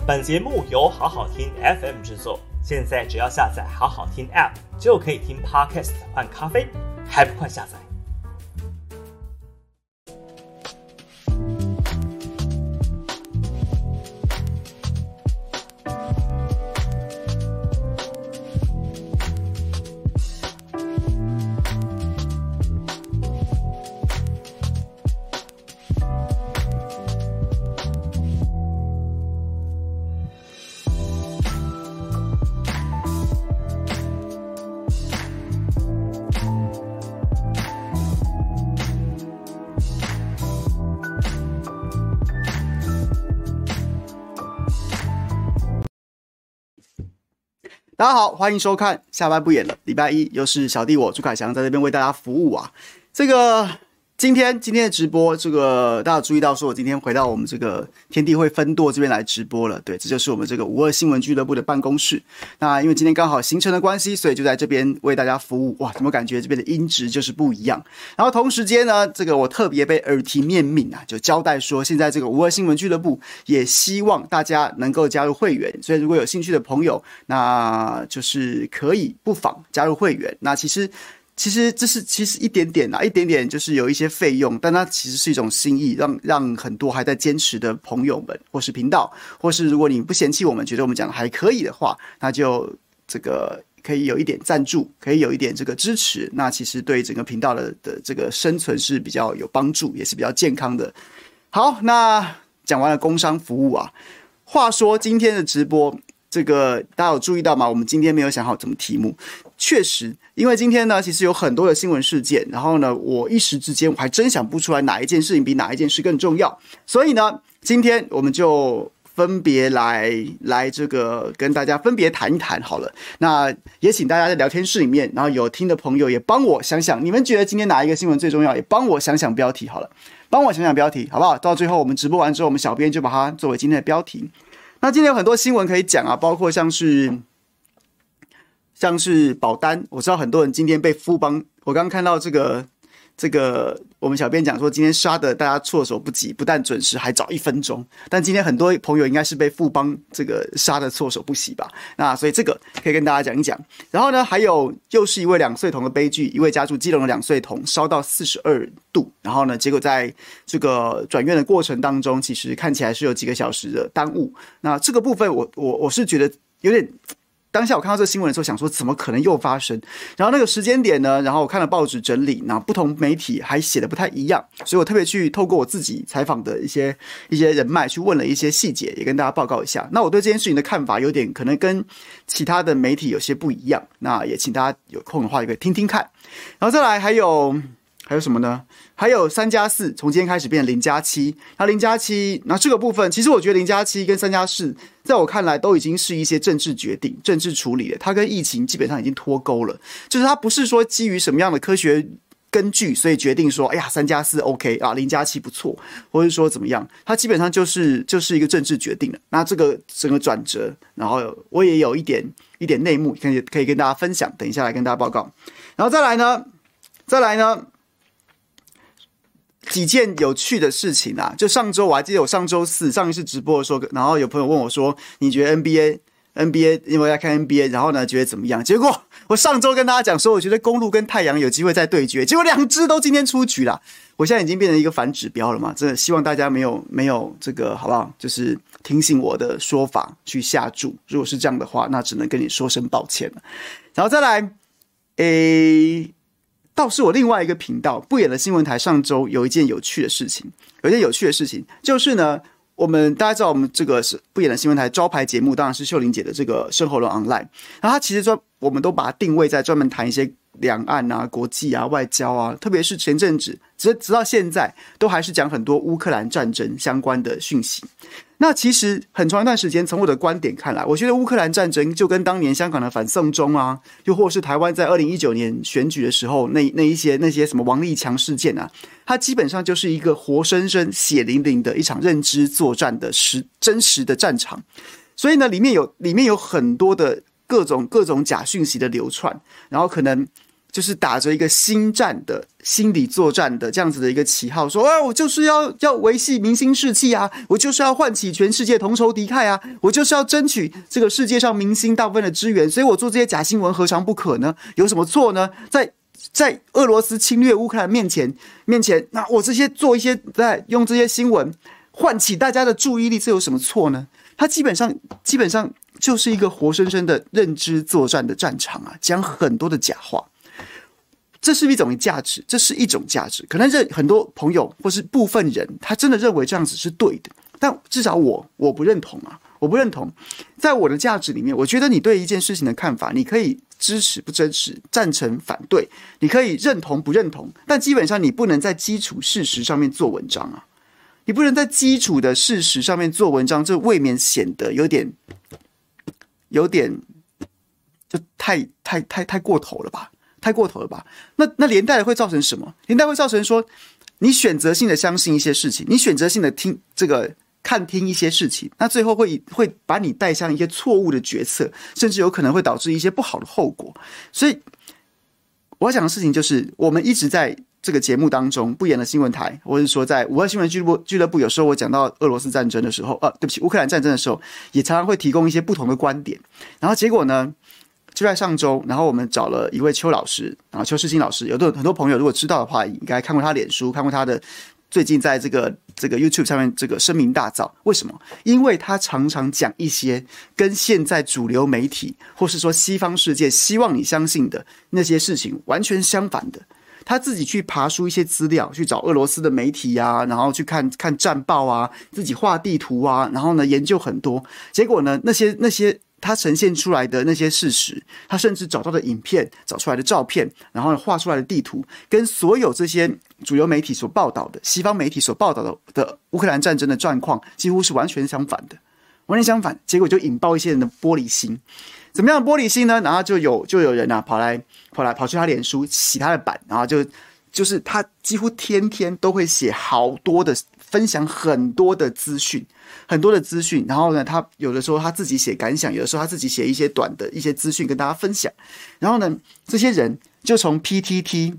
本节目由好好听 FM 制作，现在只要下载好好听 App 就可以听 Podcast 换咖啡，还不快下载？ 大家好，欢迎收看下班不演了。礼拜一又是小弟我朱凯翔在这边为大家服务啊。今天的直播，大家有注意到说，我今天回到我们这个天地会分舵这边来直播了。对，这就是我们这个52新闻俱乐部的办公室。那因为今天刚好行程的关系，所以就在这边为大家服务。哇，怎么感觉这边的音质就是不一样？然后同时间呢，我特别被耳提面命啊，就交代说，现在这个52新闻俱乐部也希望大家能够加入会员，所以如果有兴趣的朋友，那就是可以不妨加入会员。那其实这是一点点就是有一些费用，但它其实是一种心意，让很多还在坚持的朋友们，或是频道，或是如果你不嫌弃我们，觉得我们讲的还可以的话，那就可以有一点赞助，可以有一点这个支持，那其实对整个频道的这个生存是比较有帮助，也是比较健康的。好，那讲完了工商服务啊，话说今天的直播，大家有注意到吗？我们今天没有想好怎么题目。确实，因为今天呢，其实有很多的新闻事件，然后呢，我一时之间我还真想不出来哪一件事情比哪一件事更重要，所以呢，今天我们就分别来跟大家分别谈一谈好了。那也请大家在聊天室里面，然后有听的朋友也帮我想想，你们觉得今天哪一个新闻最重要？也帮我想想标题好了，帮我想想标题好不好？到最后我们直播完之后，我们小编就把它作为今天的标题。那今天有很多新闻可以讲啊，包括像是保单，我知道很多人今天被富邦，我刚刚看到这个我们小编讲说，今天杀的大家措手不及，不但准时还早1分钟，但今天很多朋友应该是被富邦杀的措手不及吧？那所以这个可以跟大家讲一讲。然后呢，还有又是一位2岁童的悲剧，一位家住基隆的2岁童烧到42度，然后呢，结果在这个转院的过程当中，其实看起来是有几个小时的耽误。那这个部分我是觉得有点。当下我看到这个新闻的时候，想说怎么可能又发生？然后那个时间点呢，然后我看了报纸整理，那不同媒体还写的不太一样，所以我特别去透过我自己采访的一些人脉去问了一些细节，也跟大家报告一下。那我对这件事情的看法有点可能跟其他的媒体有些不一样，那也请大家有空的话也可以听听看。然后再来还有什么呢？还有3+4，从今天开始变成0+7。那0+7，那这个部分，其实我觉得0+7跟3+4，在我看来都已经是一些政治决定、政治处理了。它跟疫情基本上已经脱钩了，就是它不是说基于什么样的科学根据，所以决定说，哎呀，3+4 OK 啊，0+7不错，或者说怎么样，它基本上就是一个政治决定了。那这个整个转折，然后我也有一点内幕，可以跟大家分享，等一下来跟大家报告。然后再来呢。几件有趣的事情啊，就上周我还记得我上周四上一次直播的时候，然后有朋友问我说，你觉得 NBA 因为要看 NBA， 然后呢觉得怎么样？结果我上周跟大家讲说，我觉得公鹿跟太阳有机会再对决，结果2支都今天出局了。我现在已经变成一个反指标了嘛，真的希望大家没有这个好不好？就是听信我的说法去下注，如果是这样的话，那只能跟你说声抱歉了。然后再来，倒是我另外一个频道不演的新闻台上周有一件有趣的事情，就是呢，大家知道我们这个是不演的新闻台招牌节目，当然是秀玲姐的这个生活论 online， 然后它其实我们都把它定位在专门谈一些两岸啊、国际啊、外交啊，特别是前阵子直到现在都还是讲很多乌克兰战争相关的讯息。那其实很长一段时间，从我的观点看来，我觉得乌克兰战争就跟当年香港的反送中啊，又或是台湾在2019年选举的时候那些什么王立强事件啊，它基本上就是一个活生生血淋淋的一场认知作战的真实的战场。所以呢，里面有很多的各种假讯息的流窜，然后可能就是打着一个心理作战的这样子的一个旗号，说我就是要维系民心士气啊，我就是要唤起全世界同仇敌忾啊，我就是要争取这个世界上民心大部分的支援，所以我做这些假新闻何尝不可呢？有什么错呢？在俄罗斯侵略乌克兰面前，那我做一些用这些新闻唤起大家的注意力，这有什么错呢？它基本上就是一个活生生的认知作战的战场啊，讲很多的假话。这是一种价值，可能很多朋友或是部分人，他真的认为这样子是对的，但至少我不认同啊，我不认同。在我的价值里面，我觉得你对一件事情的看法，你可以支持不支持，赞成反对，你可以认同不认同，但基本上你不能在基础事实上面做文章啊，你不能在基础的事实上面做文章，这未免显得有点就太过头了吧。那连带的会造成什么？连带会造成说，你选择性的相信一些事情，你选择性的看听一些事情，那最后会把你带向一些错误的决策，甚至有可能会导致一些不好的后果。所以我要讲的事情就是，我们一直在这个节目当中，不演的新闻台，或者说在52新闻俱乐部，有时候我讲到俄罗斯战争的时候，对不起，乌克兰战争的时候，也常常会提供一些不同的观点。然后结果呢？就在上周，然后我们找了一位邱老师，然后邱世清老师，很多朋友如果知道的话，应该看过他脸书，看过他的最近在这个 YouTube 上面这个声名大噪。为什么？因为他常常讲一些跟现在主流媒体或是说西方世界希望你相信的那些事情完全相反的。他自己去爬出一些资料，去找俄罗斯的媒体啊，然后去看战报啊，自己画地图啊，然后呢研究很多。结果呢，那些他呈现出来的那些事实，他甚至找到的影片、找出来的照片，然后画出来的地图，跟所有这些主流媒体所报道的、西方媒体所报道的乌克兰战争的状况，几乎是完全相反的。完全相反，结果就引爆一些人的玻璃心。怎么样的玻璃心呢？然后就有人啊跑去他脸书洗他的版，然后就是他几乎天天都会写好多的分享很多的资讯，然后呢，他有的时候他自己写感想，有的时候他自己写一些短的一些资讯跟大家分享。然后呢，这些人就从 PTT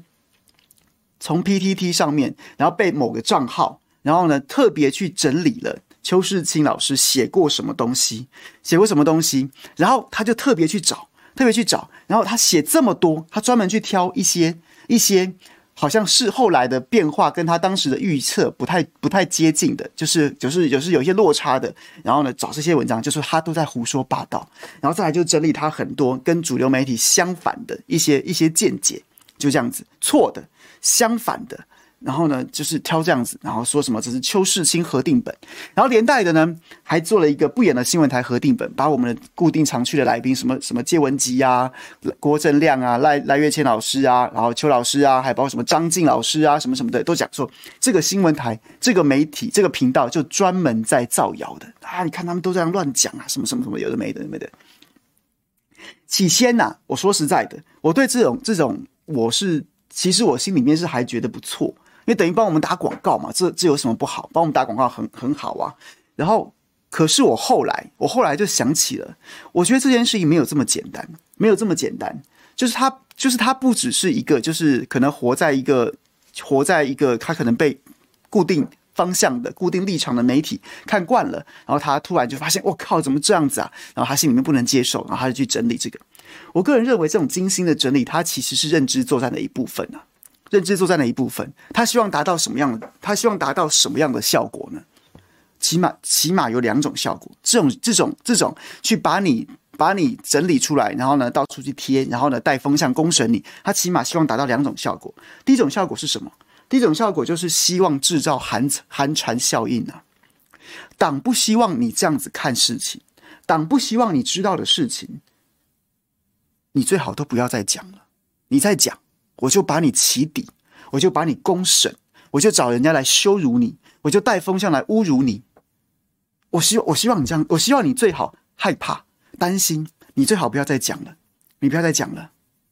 上面，然后被某个账号，然后呢特别去整理了邱世清老师写过什么东西，然后他就特别去找，然后他写这么多，他专门去挑一些好像是后来的变化跟他当时的预测不太接近的，就是有一些落差的，然后呢找这些文章，就是他都在胡说八道，然后再来就整理他很多跟主流媒体相反的一些见解，就这样子，错的、相反的。然后呢，就是挑这样子，然后说什么这是邱世清核定本，然后连带的呢，还做了一个不演的新闻台核定本，把我们的固定常去的来宾，什么介文基啊、郭正亮啊、赖月谦老师啊，然后邱老师啊，还包括什么张晋老师啊，什么的，都讲说这个新闻台、这个媒体、这个频道就专门在造谣的啊！你看他们都这样乱讲啊，什么有的没的。起先啊，我说实在的，我对这种其实我心里面是还觉得不错。因为等于帮我们打广告嘛，这有什么不好？帮我们打广告很好啊。然后，可是我后来就想起了，我觉得这件事情没有这么简单，就是他不只是一个，就是可能活在一个他可能被固定方向的、固定立场的媒体看惯了，然后他突然就发现，我靠，怎么这样子啊？然后他心里面不能接受，然后他就去整理这个。我个人认为，这种精心的整理，它其实是认知作战的一部分啊。他希望达到什么样的效果呢？起码有两种效果。这种去把你整理出来，然后呢到处去贴，然后呢带风向公审你，他起码希望达到两种效果。第一种效果是什么？第一种效果就是希望制造寒蝉效应啊。党不希望你这样子看事情，党不希望你知道的事情，你最好都不要再讲了。你再讲，我就把你起底，我就把你公审，我就找人家来羞辱你，我就带风向来侮辱你。我希望你这样，我希望你最好害怕、担心，你最好不要再讲了，你不要再讲了，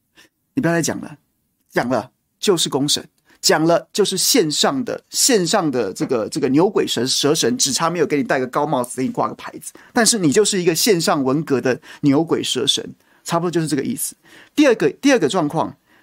讲了就是公审，讲了就是线上的这个牛鬼蛇神，只差没有给你戴个高帽子，给你挂个牌子，但是你就是一个线上文革的牛鬼蛇神。差不多就是这个意思。第二个状况，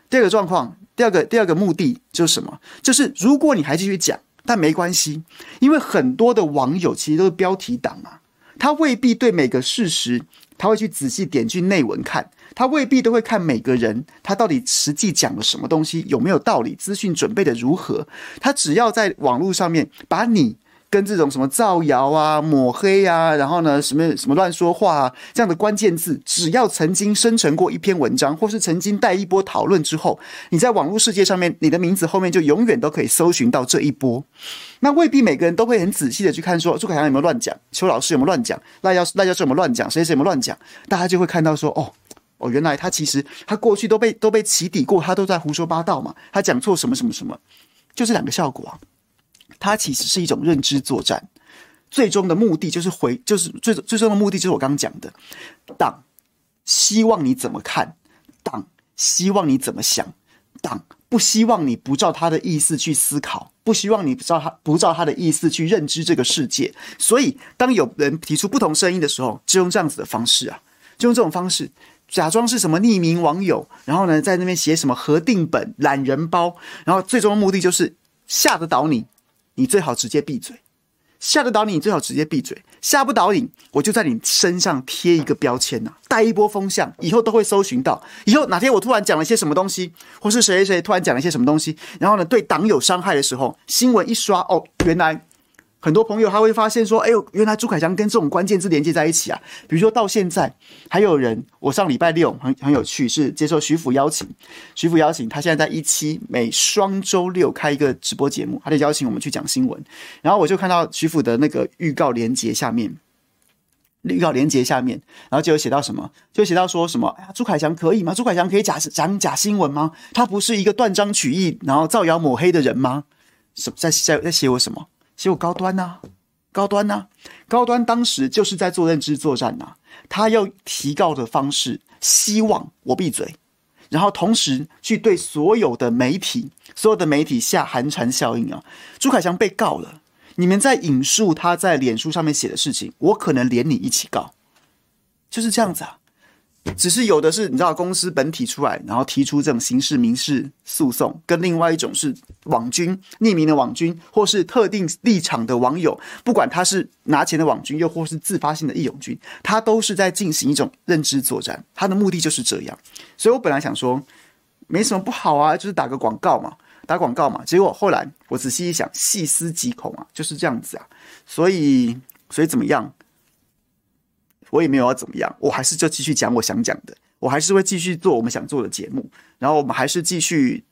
第二个状况，第二个目的就是什么？就是如果你还继续讲，但没关系，因为很多的网友其实都是标题党啊，他未必对每个事实他会去仔细点进内文看，他未必都会看每个人他到底实际讲了什么东西，有没有道理，资讯准备的如何，他只要在网络上面把你跟这种什么造谣啊、抹黑啊，然后呢什么乱说话啊这样的关键字，只要曾经生成过一篇文章，或是曾经带一波讨论之后，你在网络世界上面，你的名字后面就永远都可以搜寻到这一波。那未必每个人都会很仔细的去看说朱凯翔有没有乱讲，邱老师有没有乱讲，赖教授有没有乱讲，谁有没有乱讲，大家就会看到说哦，原来他其实他过去都被起底过，他都在胡说八道嘛，他讲错什么什么什么，就这两个效果啊。它其实是一种认知作战，最终的目的就是最终的目的就是我刚刚讲的，党希望你怎么看，党希望你怎么想，党不希望你不照他的意思去思考，不希望你不照他的意思去认知这个世界。所以当有人提出不同声音的时候，就用这样子的方式啊，就用这种方式假装是什么匿名网友，然后呢在那边写什么核定本、懒人包，然后最终的目的就是吓得倒你，你最好直接闭嘴；吓得倒你，你最好直接闭嘴；吓不倒你，我就在你身上贴一个标签啊，带一波风向，以后都会搜寻到。以后哪天我突然讲了些什么东西，或是谁突然讲了些什么东西，然后呢对党有伤害的时候，新闻一刷，原来很多朋友他会发现说，原来朱凯翔跟这种关键字连接在一起啊。比如说到现在还有人，我上礼拜六很有趣，是接受徐府邀请，他现在在17每双周六开一个直播节目，他就邀请我们去讲新闻。然后我就看到徐府的那个预告连结下面，然后就有写到什么，就写到说什么，朱凯翔可以吗？朱凯翔可以讲假新闻吗？他不是一个断章取义然后造谣抹黑的人吗？在写我什么？写我高端啊，高端当时就是在做认知作战啊，他用提告的方式希望我闭嘴，然后同时去对所有的媒体下寒蝉效应啊。朱凯翔被告了，你们在引述他在脸书上面写的事情，我可能连你一起告，就是这样子啊。只是有的是你知道公司本体出来，然后提出这种刑事民事诉讼，跟另外一种是网军，匿名的网军，或是特定立场的网友，不管他是拿钱的网军，又或是自发性的义勇军，他都是在进行一种认知作战，他的目的就是这样。所以我本来想说没什么不好啊，就是打广告嘛，结果后来我仔细一想，细思极恐啊，就是这样子啊。所以怎么样？我也没有要怎么样，我还是就继续讲我想讲的，我还是会继续做我们想做的节目，然后我们还是继续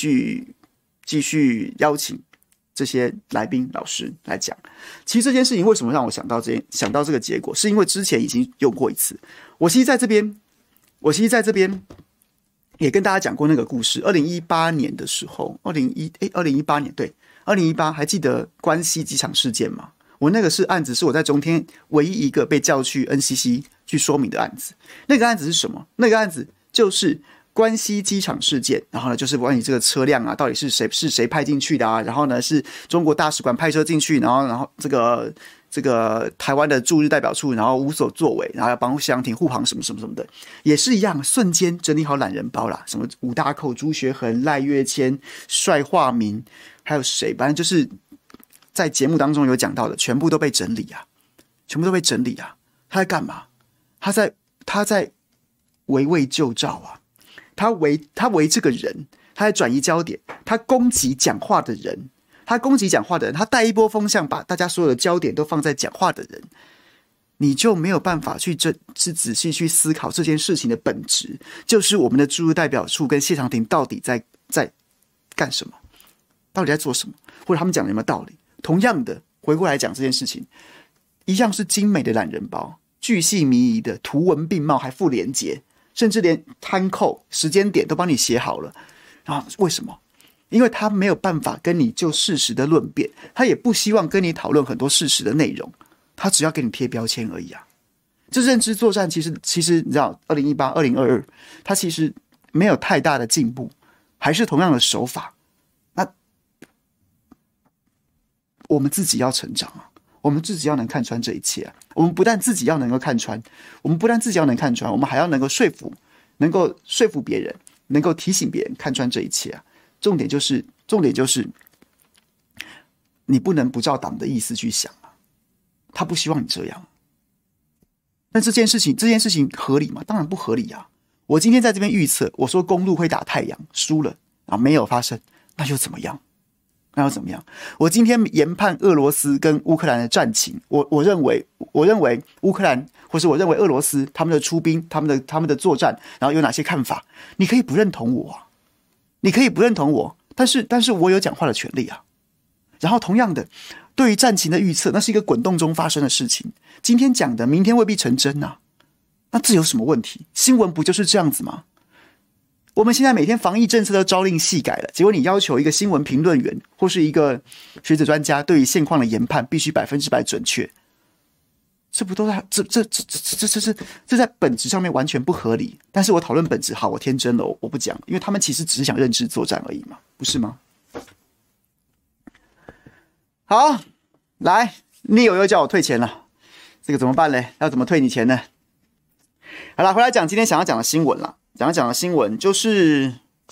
邀请这些来宾老师来讲。其实这件事情为什么让我想到这个结果，是因为之前已经用过一次。我其实在这边也跟大家讲过那个故事。2018年的时候，2018年对，2018还记得关西机场事件吗？我那个案子是我在中天唯一一个被叫去 NCC 去说明的案子。那个案子是什么？那个案子就是关西机场事件，然后呢就是关于这个车辆啊，到底是谁派进去的啊？然后呢是中国大使馆派车进去，然后这个台湾的驻日代表处，然后无所作为，然后要帮谢长廷护航什么什么什么的，也是一样，瞬间整理好懒人包啦，什么武大寇、朱学恒、赖岳谦、帅化民，还有谁？反正就是在节目当中有讲到的，全部都被整理啊，他在干嘛？他在围魏救赵啊，他围这个人，他在转移焦点，他攻击讲话的人，他带一波风向，把大家所有的焦点都放在讲话的人，你就没有办法去仔细去思考这件事情的本质，就是我们的驻日代表处跟谢长廷到底在干什么，到底在做什么，或者他们讲的有没有道理。同样的，回过来讲这件事情，一样是精美的懒人包，巨细靡遗的，图文并茂，还附连结，甚至连摊扣时间点都帮你写好了。然后为什么？因为他没有办法跟你就事实的论辩，他也不希望跟你讨论很多事实的内容，他只要给你贴标签而已啊。这认知作战其实你知道，2018、2022，他其实没有太大的进步，还是同样的手法。那我们自己要成长啊，我们自己要能看穿这一切啊。我们不但自己要能够看穿，我们还要能够说服别人， 能够提醒别人看穿这一切啊。重点就是，你不能不照党的意思去想啊。他不希望你这样。但这件事情合理吗？当然不合理啊！我今天在这边预测，我说公路会打太阳，输了啊，没有发生，那又怎么样？我今天研判俄罗斯跟乌克兰的战情，我认为乌克兰或是我认为俄罗斯他们的出兵，他们的作战，然后有哪些看法？你可以不认同我啊，但是我有讲话的权利啊。然后同样的，对于战情的预测，那是一个滚动中发生的事情。今天讲的，明天未必成真啊。那这有什么问题？新闻不就是这样子吗？我们现在每天防疫政策都朝令夕改了，结果你要求一个新闻评论员或是一个学者专家对于现况的研判必须100%准确，这不都在这在本质上面完全不合理。但是我讨论本质，好，我天真了，我不讲，因为他们其实只是想认知作战而已嘛，不是吗？好，来，Neil又叫我退钱了，这个怎么办嘞？要怎么退你钱呢？好了，回来讲今天想要讲的新闻啦。讲的新闻就是，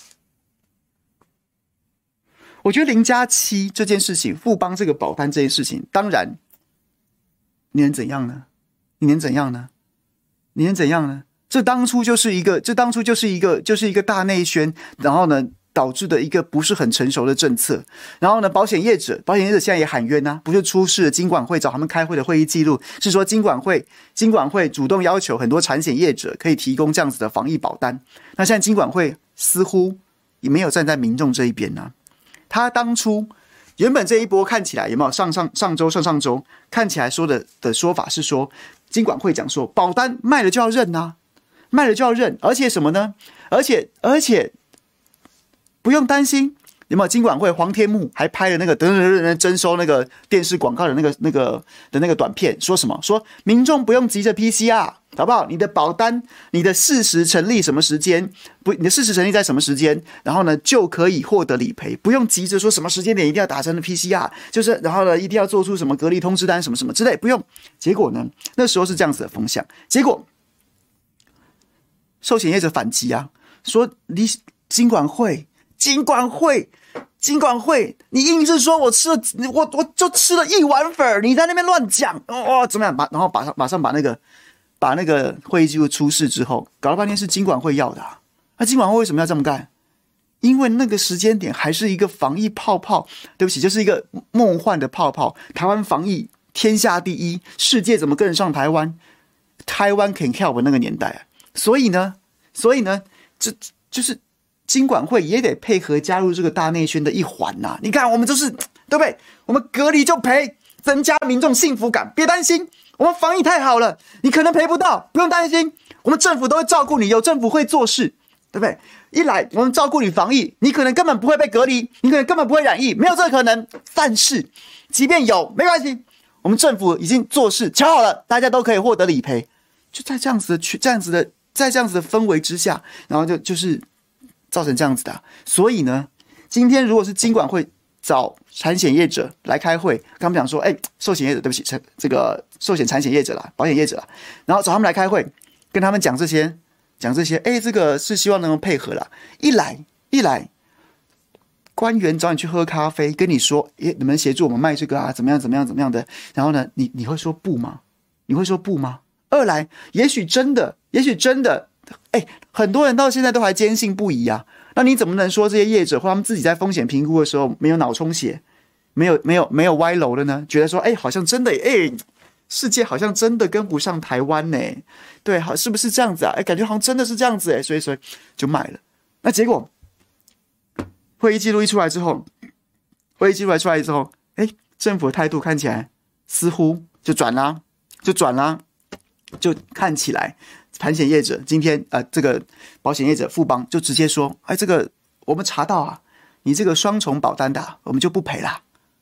我觉得0+7这件事情，富邦这个保单这件事情，当然，你能怎样呢？这当初就是一个大内宣，然后呢，导致的一个不是很成熟的政策。然后呢，保险业者现在也喊冤啊，不是出示了金管会找他们开会的会议记录，是说金管会主动要求很多产险业者可以提供这样子的防疫保单。那现在金管会似乎也没有站在民众这一边啊。他当初原本这一波看起来有没有上周看起来说的说法是说，金管会讲说保单卖了就要认啊，而且什么呢？而且不用担心，有没有？金管会黄天木还拍了那个征收那个电视广告的那个短片，说什么？说民众不用急着 PCR， 好不好？你的保单，你的事实成立什么时间？你的事实成立在什么时间？然后呢，就可以获得理赔，不用急着说什么时间点一定要打成的 PCR， 就是然后呢，一定要做出什么隔离通知单什么什么之类，不用。结果呢，那时候是这样子的风向，结果寿险业者反击啊，说你金管会，你硬是说我就吃了1碗粉，你在那边乱讲怎么样？然后马上把那个会议记录出示之后，搞了半天是金管会要的啊。那金管会为什么要这么干？因为那个时间点还是一个防疫泡泡，对不起，就是一个梦幻的泡泡。台湾防疫天下第一，世界怎么跟得上台湾？台湾 can help 那个年代啊。所以呢，这就是金管会也得配合加入这个大内宣的一环呐。你看，我们就是对不对？我们隔离就赔，增加民众幸福感，别担心，我们防疫太好了，你可能赔不到，不用担心，我们政府都会照顾你，有政府会做事，对不对？一来我们照顾你防疫，你可能根本不会被隔离，你可能根本不会染疫，没有这个可能。但是即便有，没关系，我们政府已经做事瞧好了，大家都可以获得理赔。就在这样子的氛围之下，然后就是造成这样子的啊。所以呢，今天如果是金管会找产险业者来开会，跟他们讲说，寿险业者，对不起，这个寿险产险业者啦，保险业者啦，然后找他们来开会，跟他们讲这些，这个是希望能够配合啦。一来，官员找你去喝咖啡，跟你说，你们协助我们卖这个啊，怎么样的，然后呢，你会说不吗？二来，也许真的，很多人到现在都还坚信不疑啊。那你怎么能说这些业者或他们自己在风险评估的时候没有脑充血，没有歪楼的呢？觉得说，好像真的，世界好像真的跟不上台湾呢，对，好，是不是这样子啊？感觉好像真的是这样子，所以就买了。那结果会议记录一出来之后，政府的态度看起来似乎就转啦。就看起来，产险业者今天这个保险业者富邦就直接说，这个我们查到啊，你这个双重保单的，我们就不赔啦。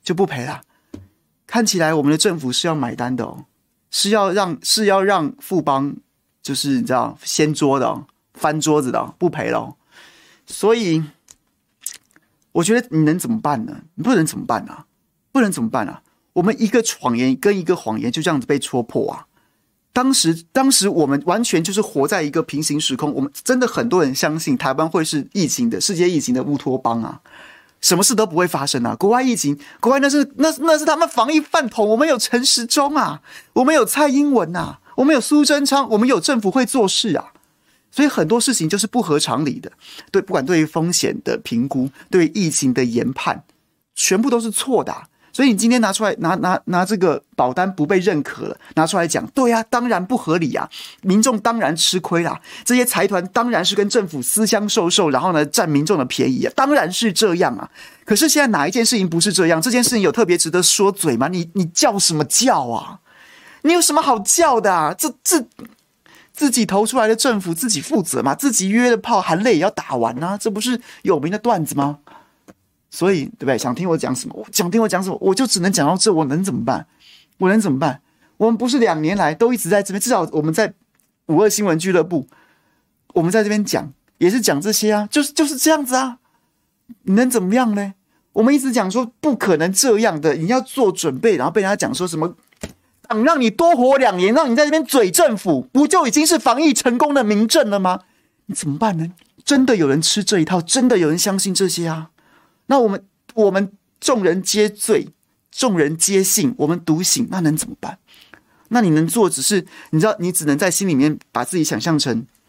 看起来我们的政府是要买单的哦，是要让富邦就是你知道掀桌的哦，翻桌子的哦，不赔了哦。所以我觉得你能怎么办呢？你不能怎么办啊？我们一个谎言跟一个谎言就这样子被戳破啊。 当时我们完全就是活在一个平行时空，我们真的很多人相信台湾会是世界疫情的乌托邦啊，什么事都不会发生啊。国外疫情，国外那是他们防疫饭桶，我们有陈时中啊，我们有蔡英文啊，我们有苏贞昌，我们有政府会做事啊。所以很多事情就是不合常理的，对，不管对于风险的评估，对于疫情的研判，全部都是错的啊。所以你今天拿出来拿这个保单不被认可了，拿出来讲，对啊，当然不合理啊，民众当然吃亏啦，这些财团当然是跟政府私相授受，然后呢占民众的便宜啊，当然是这样啊。可是现在哪一件事情不是这样？这件事情有特别值得说嘴吗？你叫什么叫啊？你有什么好叫的啊？这自己投出来的政府自己负责嘛，自己约的炮含泪也要打完啊，这不是有名的段子吗？所以对不对？想听我讲什么？我就只能讲到这，我能怎么办？我们不是2年来都一直在这边，至少我们在52新闻俱乐部，我们在这边讲也是讲这些啊，就是这样子啊，你能怎么样呢？我们一直讲说不可能这样的，你要做准备，然后被人家讲说什么党让你多活2年，让你在这边嘴政府，不就已经是防疫成功的明证了吗？你怎么办呢？真的有人吃这一套，真的有人相信这些啊？那我们众人皆醉，众人皆信，我们独醒，那能怎么办？那你能做只是你知道，你只能在心里面把自己想象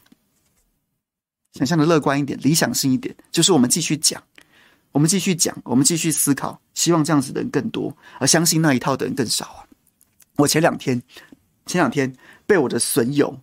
的乐观一点，理想性一点，就是我们继续讲，我们继续思考，希望这样子的人更多，而相信那一套的人更少啊。我前两天被我的损友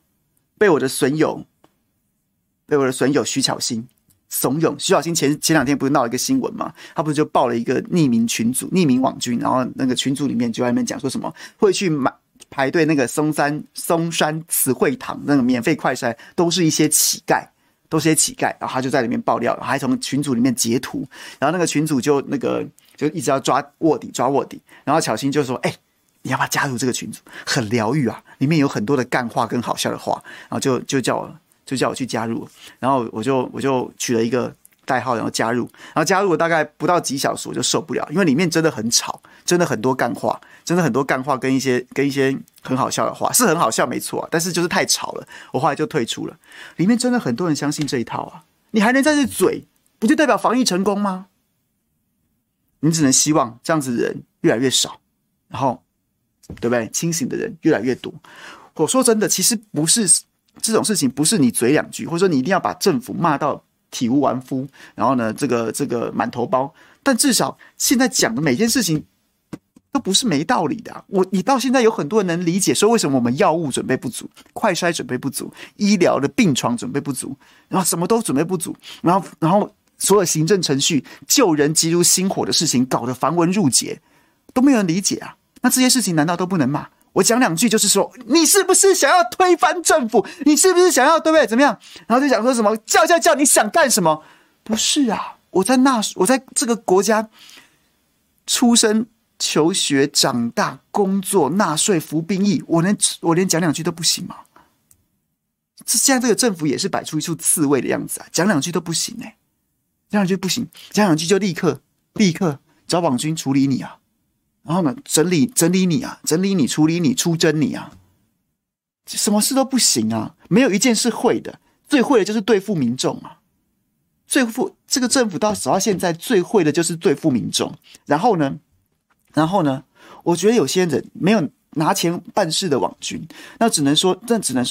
徐巧芯怂恿。徐巧芯前2天不是闹了一个新闻吗？他不是就报了一个匿名群组、匿名网军，然后那个群组里面就在那边讲说什么会去排队那个松山慈惠堂那个免费快筛都是一些乞丐，然后他就在里面爆料，然后还从群组里面截图，然后那个群组就一直要抓卧底，然后巧芯就说你要不要加入这个群组？很疗愈啊，里面有很多的干话跟好笑的话，然后就叫我去加入，然后我就取了一个代号，然后加入了大概不到几小时我就受不了，因为里面真的很吵，真的很多干话跟一些很好笑的话，是很好笑没错啊，但是就是太吵了，我后来就退出了。里面真的很多人相信这一套啊，你还能在这嘴，不就代表防疫成功吗？你只能希望这样子的人越来越少，然后对不对？清醒的人越来越多。我说真的，其实不是这种事情，不是你嘴2句，或者说你一定要把政府骂到体无完肤，然后呢，这个满头包。但至少现在讲的每件事情都不是没道理的啊。你到现在有很多人能理解说为什么我们药物准备不足，快筛准备不足，医疗的病床准备不足，然后什么都准备不足，然后所有行政程序救人急如星火的事情搞得繁文缛节，都没有人理解啊。那这些事情难道都不能骂？我讲2句就是说，你是不是想要推翻政府？你是不是想要对不对？怎么样？然后就讲说什么叫，你想干什么？不是啊，我在这个国家出生、求学、长大、工作、纳税、服兵役，我连讲2句都不行吗？现在这个政府也是摆出一出刺猬的样子啊，讲2句都不行讲2句不行，讲2句就立刻找网军处理你啊。然后呢，整理你啊，处理你，出征你啊，什么事都不行啊，没有一件是会的，最会的就是对付民众啊，这个政府到现在最会的就是对付民众。然后呢，我觉得有些人没有拿钱办事的网军，那只能说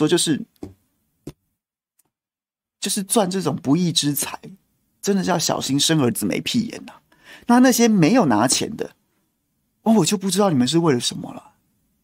就是赚这种不义之财，真的是要小心生儿子没屁眼啊。那些没有拿钱的。我就不知道你们是为了什么了，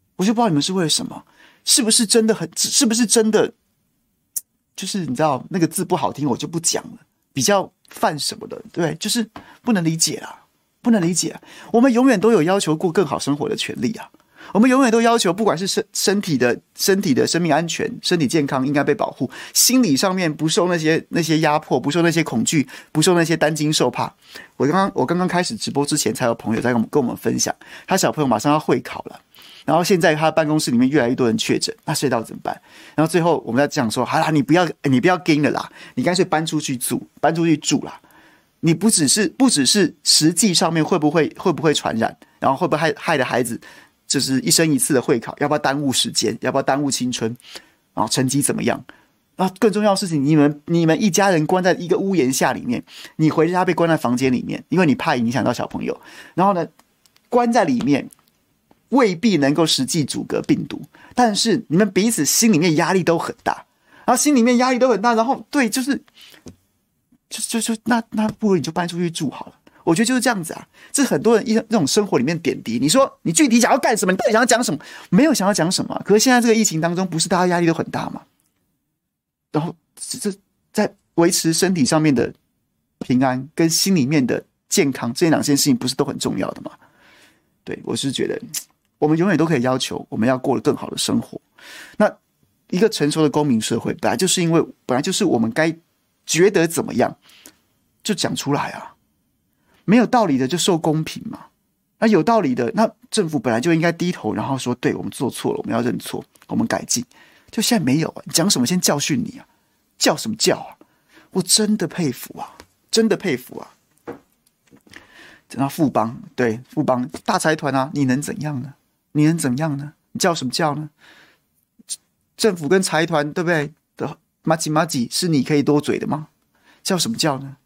是不是真的，就是你知道那个字不好听，我就不讲了，比较犯什么的，对，就是不能理解啊。我们永远都有要求过更好生活的权利啊，我们永远都要求，不管是身体的生命安全、身体健康应该被保护，心理上面不受那些压迫，不受那些恐惧，不受那些担惊受怕。我刚刚开始直播之前，才有朋友在跟我们分享，他小朋友马上要会考了，然后现在他办公室里面越来越多人确诊，那隧道怎么办？然后最后我们在讲说，好啦，你不要跟了啦，你干脆搬出去住啦。你不只是实际上面会不会传染，然后会不会害的孩子就是1生1次的会考，要不要耽误时间，要不要耽误青春，然后成绩怎么样？然后更重要的事情，你们一家人关在一个屋檐下里面，你回家被关在房间里面，因为你怕影响到小朋友，然后呢，关在里面未必能够实际阻隔病毒，但是你们彼此心里面压力都很大，然后心里面压力都很大，然后对，那不如你就搬出去住好了。我觉得就是这样子啊，这很多人这种生活里面点滴。你说你具体想要干什么？你到底想要讲什么？没有想要讲什么。可是现在这个疫情当中，不是大家压力都很大吗？然后这在维持身体上面的平安跟心里面的健康这两件事情，不是都很重要的吗？对，我是觉得我们永远都可以要求我们要过得更好的生活。那一个成熟的公民社会，本来就是我们该觉得怎么样就讲出来啊，没有道理的就受公平嘛。那有道理的，那政府本来就应该低头，然后说对我们做错了，我们要认错，我们改进。就现在没有啊，你讲什么先教训你啊？叫什么叫啊？我真的佩服啊，真的佩服啊。然后富邦大财团啊，你能怎样呢？你能怎样呢？你叫什么叫呢？政府跟财团对不对的麻吉是你可以多嘴的吗？叫什么叫呢？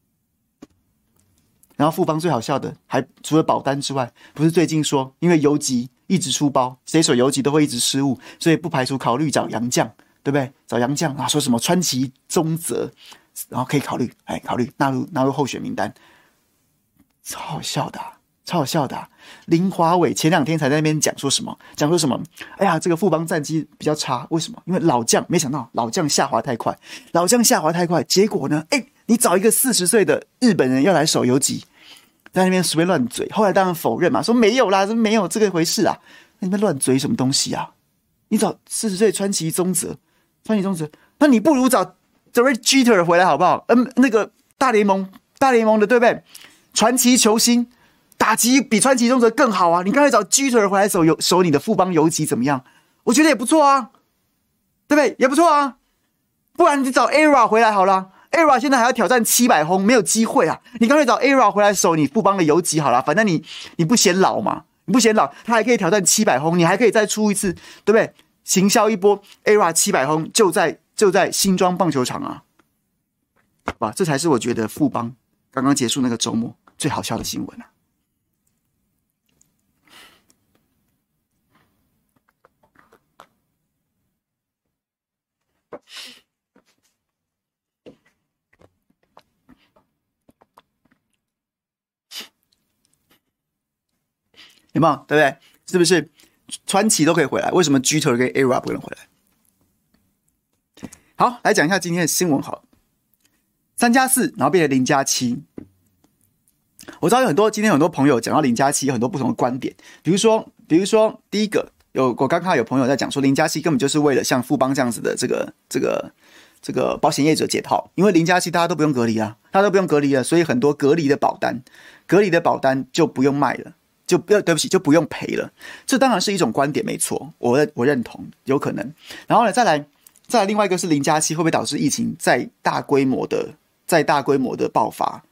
然后富邦最好笑的，还除了保单之外，不是最近说因为游击一直出包，谁手游击都会一直失误，所以不排除考虑找洋将，对不对？找洋将啊，说什么川崎宗则，然后可以考虑纳入候选名单，超好笑的啊，超好笑的啊。林华伟前2天才在那边讲说什么，哎呀，这个富邦战绩比较差，为什么？因为老将，没想到老将下滑太快，结果呢，你找一个40岁的日本人要来守游击，在那边随便乱嘴，后来当然否认嘛，说没有啦，没有这个回事啊，那你们乱嘴什么东西啊？你找40岁川崎宗则，那你不如找 Derek Jeter 回来好不好？那个大联盟的对不对？传奇球星，打击比川崎宗则更好啊！你刚才找 Jeter 回来守你的富邦游击怎么样？我觉得也不错啊，对不对？也不错啊，不然你找 ERA 回来好了。ERA 现在还要挑战700轰，没有机会啊！你干脆找 ERA 回来守你富邦的游击好了，反正你不显老嘛，他还可以挑战700轰，你还可以再出一次，对不对？行销一波 ERA 700轰，就在新庄棒球场啊！哇，这才是我觉得富邦刚刚结束那个周末最好笑的新闻啊！有没有？对不对？是不是川崎都可以回来？为什么 Jeter 跟 ERA 不能回来？好，来讲一下今天的新闻好了。3+4，然后变成0+7。我知道今天有很多朋友讲到0+7，有很多不同的观点。比如说第一个我刚看有朋友在讲说0+7根本就是为了像富邦这样子的这个保险业者解套，因为0+7大家都不用隔离了，所以很多隔离的保单就不用卖了。就不用赔了，这当然是一种观点，没错，我认同，有可能。然后呢，再来另外一个是0+7会不会导致疫情再大规模的爆发？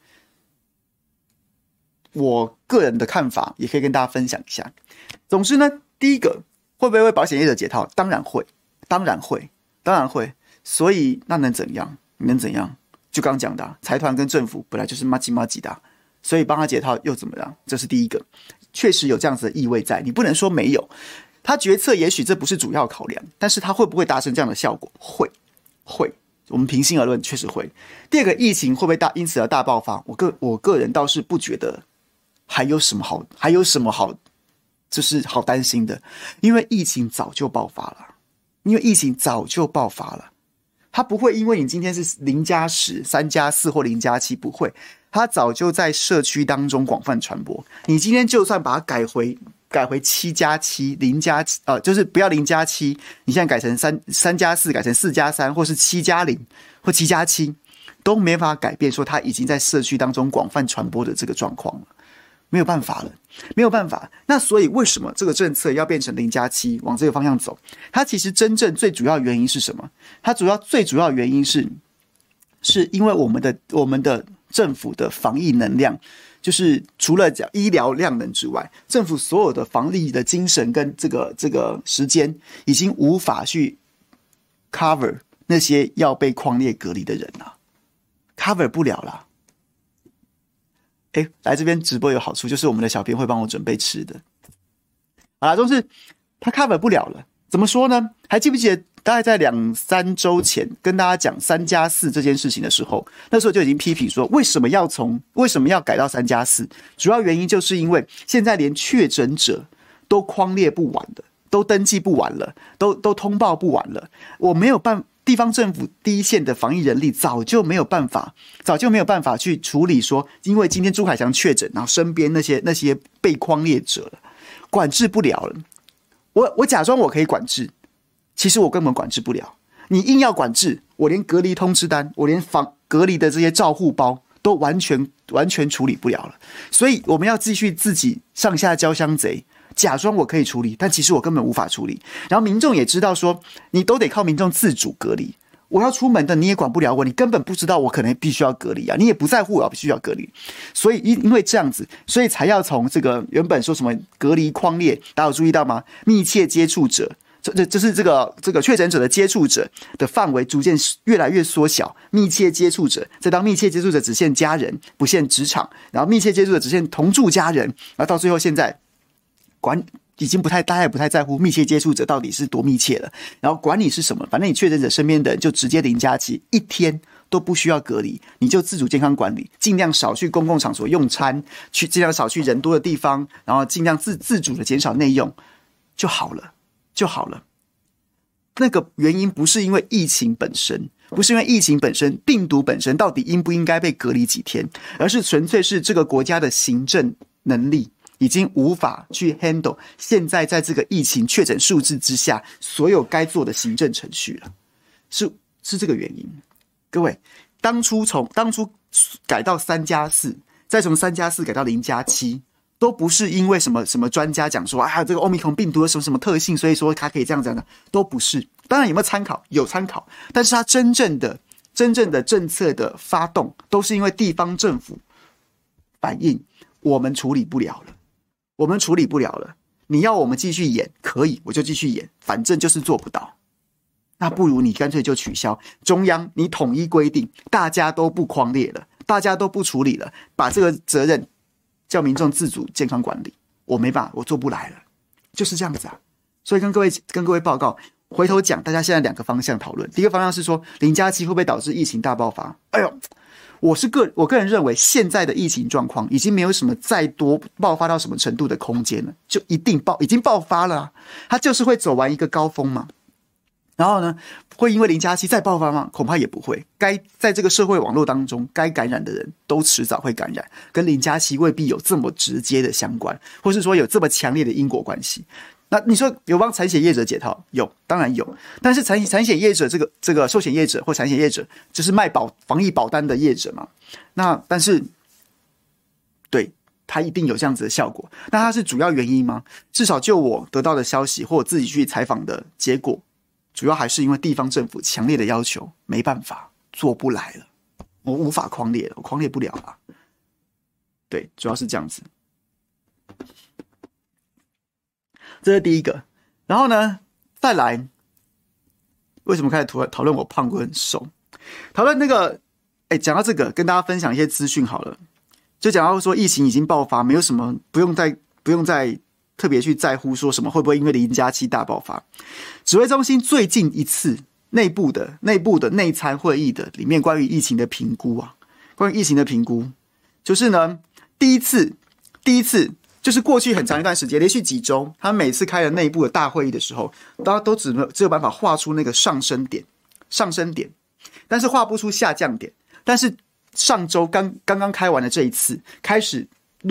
我个人的看法也可以跟大家分享一下。总之呢，第一个会不会为保险业者解套？当然会。所以那能怎样？就刚讲的财团跟政府本来就是麻吉的，所以帮他解套又怎么样？这是第一个。确实有这样子的意味在，你不能说没有。他决策也许这不是主要考量，但是他会不会达成这样的效果？会。我们平心而论，确实会。第二个，疫情会不会因此而大爆发？我个人倒是不觉得还有什么好，就是好担心的，因为疫情早就爆发了。它不会因为你今天是0+10、3+4或0+7，不会。它早就在社区当中广泛传播。你今天就算把它改回7+7，就是不要0+7，你现在改成3+4，改成4+3，或是7+0或7+7，都没法改变说它已经在社区当中广泛传播的这个状况了。没有办法。那所以为什么这个政策要变成0+7，往这个方向走？它其实真正最主要原因是什么？它最主要原因是因为我们的政府的防疫能量就是除了讲医疗量能之外，政府所有的防疫的精神跟这个时间，已经无法去 cover 那些要被匡列隔离的人啊 ，cover 不了啦。来这边直播有好处，就是我们的小编会帮我准备吃的。好啦，就是他 cover 不了了。怎么说呢？还记不记得大概在2-3周前跟大家讲3+4这件事情的时候，那时候就已经批评说，为什么要改到3+4？主要原因就是因为现在连确诊者都匡列不完的，都登记不完了，都通报不完了。我没有办法，地方政府第一线的防疫人力早就没有办法去处理说，因为今天朱凯翔确诊，然后身边那些被匡列者了，管制不了了。我假装我可以管制，其实我根本管制不了。你硬要管制，我连隔离通知单，我连隔离的这些照护包都完全处理不了了。所以我们要继续自己上下交相贼，假装我可以处理，但其实我根本无法处理。然后民众也知道说，你都得靠民众自主隔离。我要出门的你也管不了我，你根本不知道我可能必须要隔离啊，你也不在乎我必须要隔离。所以因为这样子，所以才要从这个原本说什么隔离匡列，大家有注意到吗？密切接触者，就是这个确诊者的接触者的范围逐渐越来越缩小。密切接触者，再当密切接触者只限家人，不限职场，然后密切接触者只限同住家人，然后到最后现在已经大家也不太在乎密切接触者到底是多密切了，然后管你是什么，反正你确诊者身边的人就直接0+7，一天都不需要隔离，你就自主健康管理，尽量少去公共场所用餐，尽量少去人多的地方，然后尽量自主的减少内用就好了。那个原因不是因为疫情本身，病毒本身到底应不应该被隔离几天，而是纯粹是这个国家的行政能力已经无法去 handle 现在在这个疫情确诊数字之下所有该做的行政程序了，是这个原因。各位，当初改到3+4，再从3+4改到0+7，都不是因为什么专家讲说这个 Omicron 病毒有什么特性，所以说它可以这样讲的，都不是。当然有没有参考？有参考，但是它真正的政策的发动，都是因为地方政府反映我们处理不了了。你要我们继续演，可以，我就继续演，反正就是做不到。那不如你干脆就取消中央，你统一规定，大家都不匡列了，大家都不处理了，把这个责任叫民众自主健康管理。我没办法，我做不来了，就是这样子啊。所以跟各位报告，回头讲，大家现在2个方向讨论。第一个方向是说0+7会不会导致疫情大爆发？我个人认为，现在的疫情状况已经没有什么再多爆发到什么程度的空间了，就已经爆发了啊，它就是会走完一个高峰嘛。然后呢，会因为0+7再爆发吗？恐怕也不会。在这个社会网络当中，该感染的人都迟早会感染，跟0+7未必有这么直接的相关，或是说有这么强烈的因果关系。那你说有帮产险业者解套？有，当然有。但是产险业者这个寿险业者或产险业者，就是卖防疫保单的业者嘛。那但是，对，它一定有这样子的效果。那它是主要原因吗？至少就我得到的消息或我自己去采访的结果，主要还是因为地方政府强烈的要求，没办法，做不来了，我无法匡列了，我匡列不了了。对，主要是这样子。这是第一个。然后呢，再来，为什么开始讨论我胖过很瘦？讨论那个，讲到这个，跟大家分享一些资讯好了。就讲到说疫情已经爆发，没有什么不用再特别去在乎说什么会不会因为0+7大爆发。指挥中心最近一次内部的内参会议的里面关于疫情的评估就是呢，第一次就是过去很长一段时间，连续几周，他每次开了内部的大会议的时候，大家都只有办法画出那个上升点，但是画不出下降点。但是上周刚刚开完的这一次，开始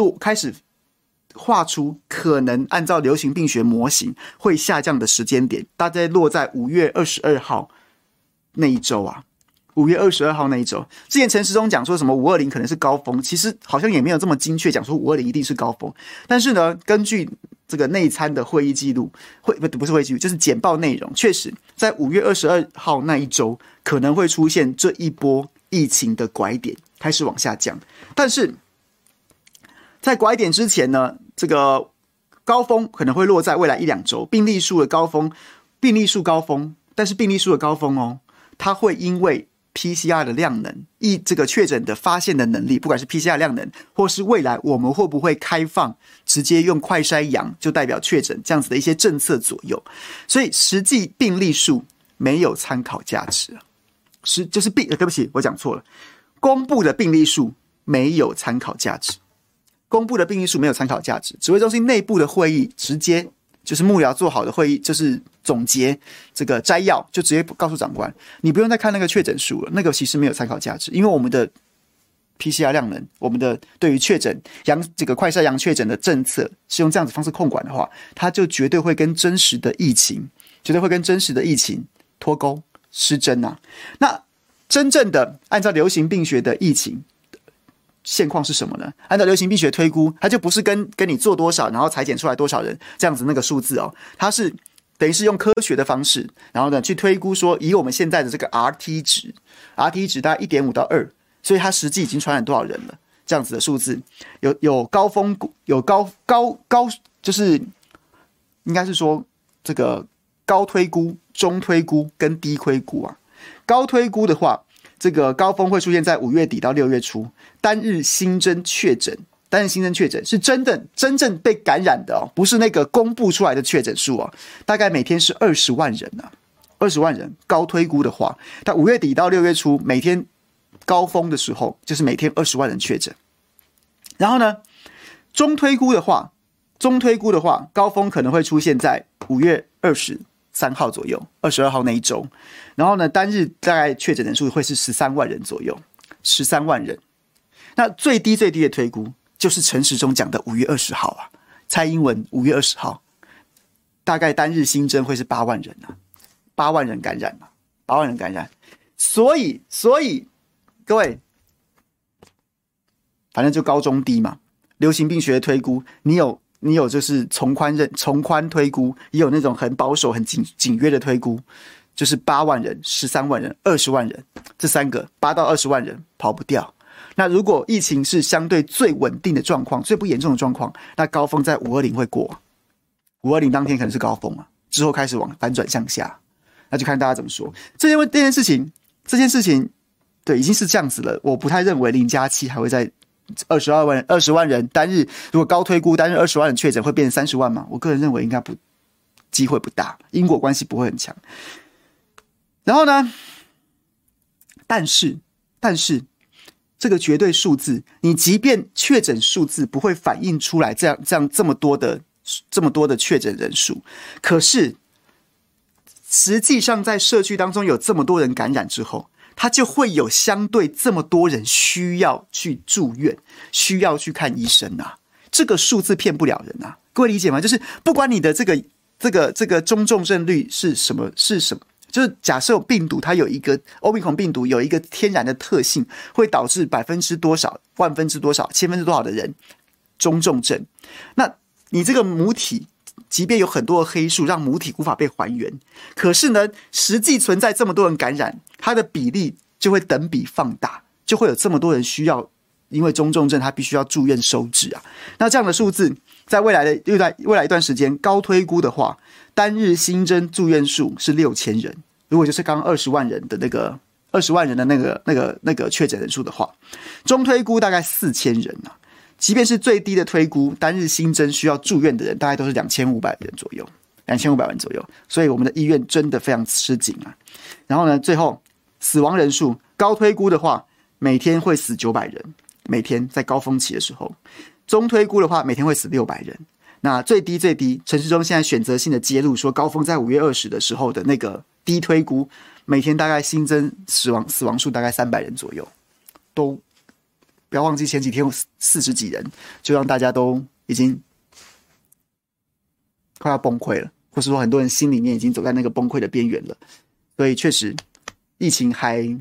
画出可能按照流行病学模型会下降的时间点，大概落在5月22号那一周啊。5月22号那一周，之前陈时中讲说什么520可能是高峰，其实好像也没有这么精确讲说520一定是高峰。但是呢，根据这个内参的会议记录，不是会议记录，就是简报内容，确实在5月22号那一周可能会出现这一波疫情的拐点，开始往下降。但是在拐点之前呢，这个高峰可能会落在未来1-2周，病例数高峰，但是病例数的高峰哦，它会因为 PCR 的量能，这个确诊的发现的能力，不管是 PCR 量能，或是未来我们会不会开放直接用快筛阳就代表确诊这样子的一些政策左右，所以实际病例数没有参考价值，对不起，我讲错了，公布的病例数没有参考价值，指挥中心内部的会议直接就是幕僚做好的会议，就是总结这个摘要，就直接告诉长官，你不用再看那个确诊数了，那个其实没有参考价值，因为我们的 PCR 量能，我们的对于确诊这个快筛阳确诊的政策是用这样子方式控管的话，它就绝对会跟真实的疫情脱钩失真啊。那真正的按照流行病学的疫情现况是什么呢？按照流行病学推估，它就不是跟你做多少，然后裁剪出来多少人这样子那个数字哦，它是等于是用科学的方式，然后呢去推估说，以我们现在的这个 RT 值大概 1.5 到2，所以它实际已经传染多少人了？这样子的数字，有高峰，有高，就是应该是说这个高推估、中推估跟低推估啊。高推估的话，这个高峰会出现在5月底到6月初，单日新增确诊是真正被感染的哦，不是那个公布出来的确诊数哦，大概每天是20万人啊，20万人。高推估的话，到5月底到6月初，每天高峰的时候就是每天20万人确诊。然后呢，中推估的话，高峰可能会出现在5月23号左右，22号那一周。然后呢，单日大概确诊人数会是13万人左右，13万人。那最低的推估就是陈时中讲的5月20号啊，蔡英文5月20号，大概单日新增会是8万人啊，8万人感染嘛，8万人感染。所以各位，反正就高中低嘛，流行病学的推估，你有就是从宽推估，也有那种很保守很紧约的推估，就是8万人、13万人、20万人，这3个8到20万人跑不掉。那如果疫情是相对最稳定的状况，最不严重的状况，那高峰在520会过，520当天可能是高峰啊，之后开始往反转向下，那就看大家怎么说。这件事情，对，已经是这样子了。我不太认为0+7还会在20万人单日，如果高推估单日20万人确诊会变成30万吗？我个人认为应该机会不大，因果关系不会很强。然后呢，但是这个绝对数字，你即便确诊数字不会反映出来这么多的确诊人数，可是实际上在社区当中有这么多人感染之后，他就会有相对这么多人需要去住院，需要去看医生啊，这个数字骗不了人啊，各位理解吗？就是不管你的这个中重症率是什么，就是假设病毒它有一个 Omicron 病毒有一个天然的特性，会导致%多少、万分之多少、千分之多少的人中重症，那你这个母体即便有很多的黑数让母体无法被还原，可是呢，实际存在这么多人感染，它的比例就会等比放大，就会有这么多人需要，因为中重症它必须要住院收治啊。那这样的数字在未来一段时间高推估的话，单日新增住院数是6000人，如果就是刚刚20万人的那个确诊人数的话，中推估大概4000人啊。即便是最低的推估，单日新增需要住院的人大概都是2500人左右，2500人左右，所以我们的医院真的非常吃紧啊。然后呢，最后死亡人数高推估的话，每天会死900人，每天在高峰期的时候；中推估的话，每天会死600人。那最低，陈时中现在选择性的揭露说，高峰在5月20的时候的那个低推估，每天大概新增死亡数大概300人左右，都不要忘记前几天有40几人，就让大家都已经快要崩溃了，或是说很多人心里面已经走在那个崩溃的边缘了。所以确实，疫情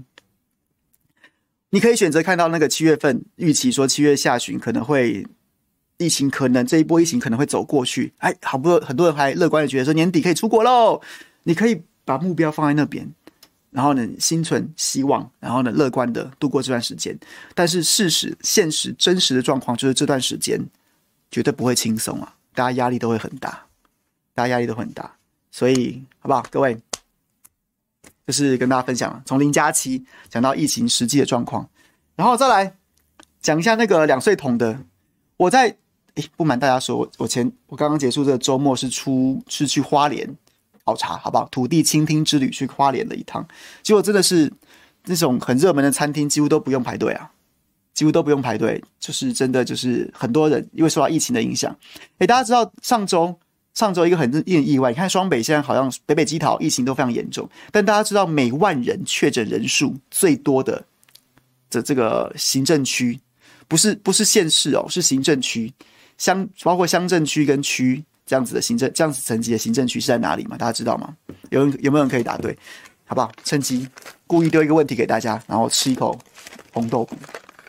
你可以选择看到那个7月份预期说7月下旬可能会这一波疫情可能会走过去，很多人还乐观的觉得说年底可以出国喽。你可以把目标放在那边， 然后呢心存希望，然后呢乐观的度过这段时间。但是现实真实的状况就是这段时间绝对不会轻松啊，大家压力都会很大，所以好不好，各位，就是跟大家分享从0+7讲到疫情实际的状况，然后再来讲一下那个2岁童的。我在不瞒大家说，我刚刚结束这个周末是去花莲考察，好不好？土地倾听之旅去花莲了一趟，结果真的是那种很热门的餐厅几乎都不用排队啊，就是真的就是很多人因为受到疫情的影响。大家知道上周一个很意外，你看双北现在好像北北基桃疫情都非常严重，但大家知道每万人确诊人数最多的这个行政区，不是县市哦，是行政区，包括乡镇区跟区这样子层级的行政区是在哪里吗？大家知道吗？有没有人可以答对？好不好？趁机故意丢一个问题给大家，然后吃一口红豆饼。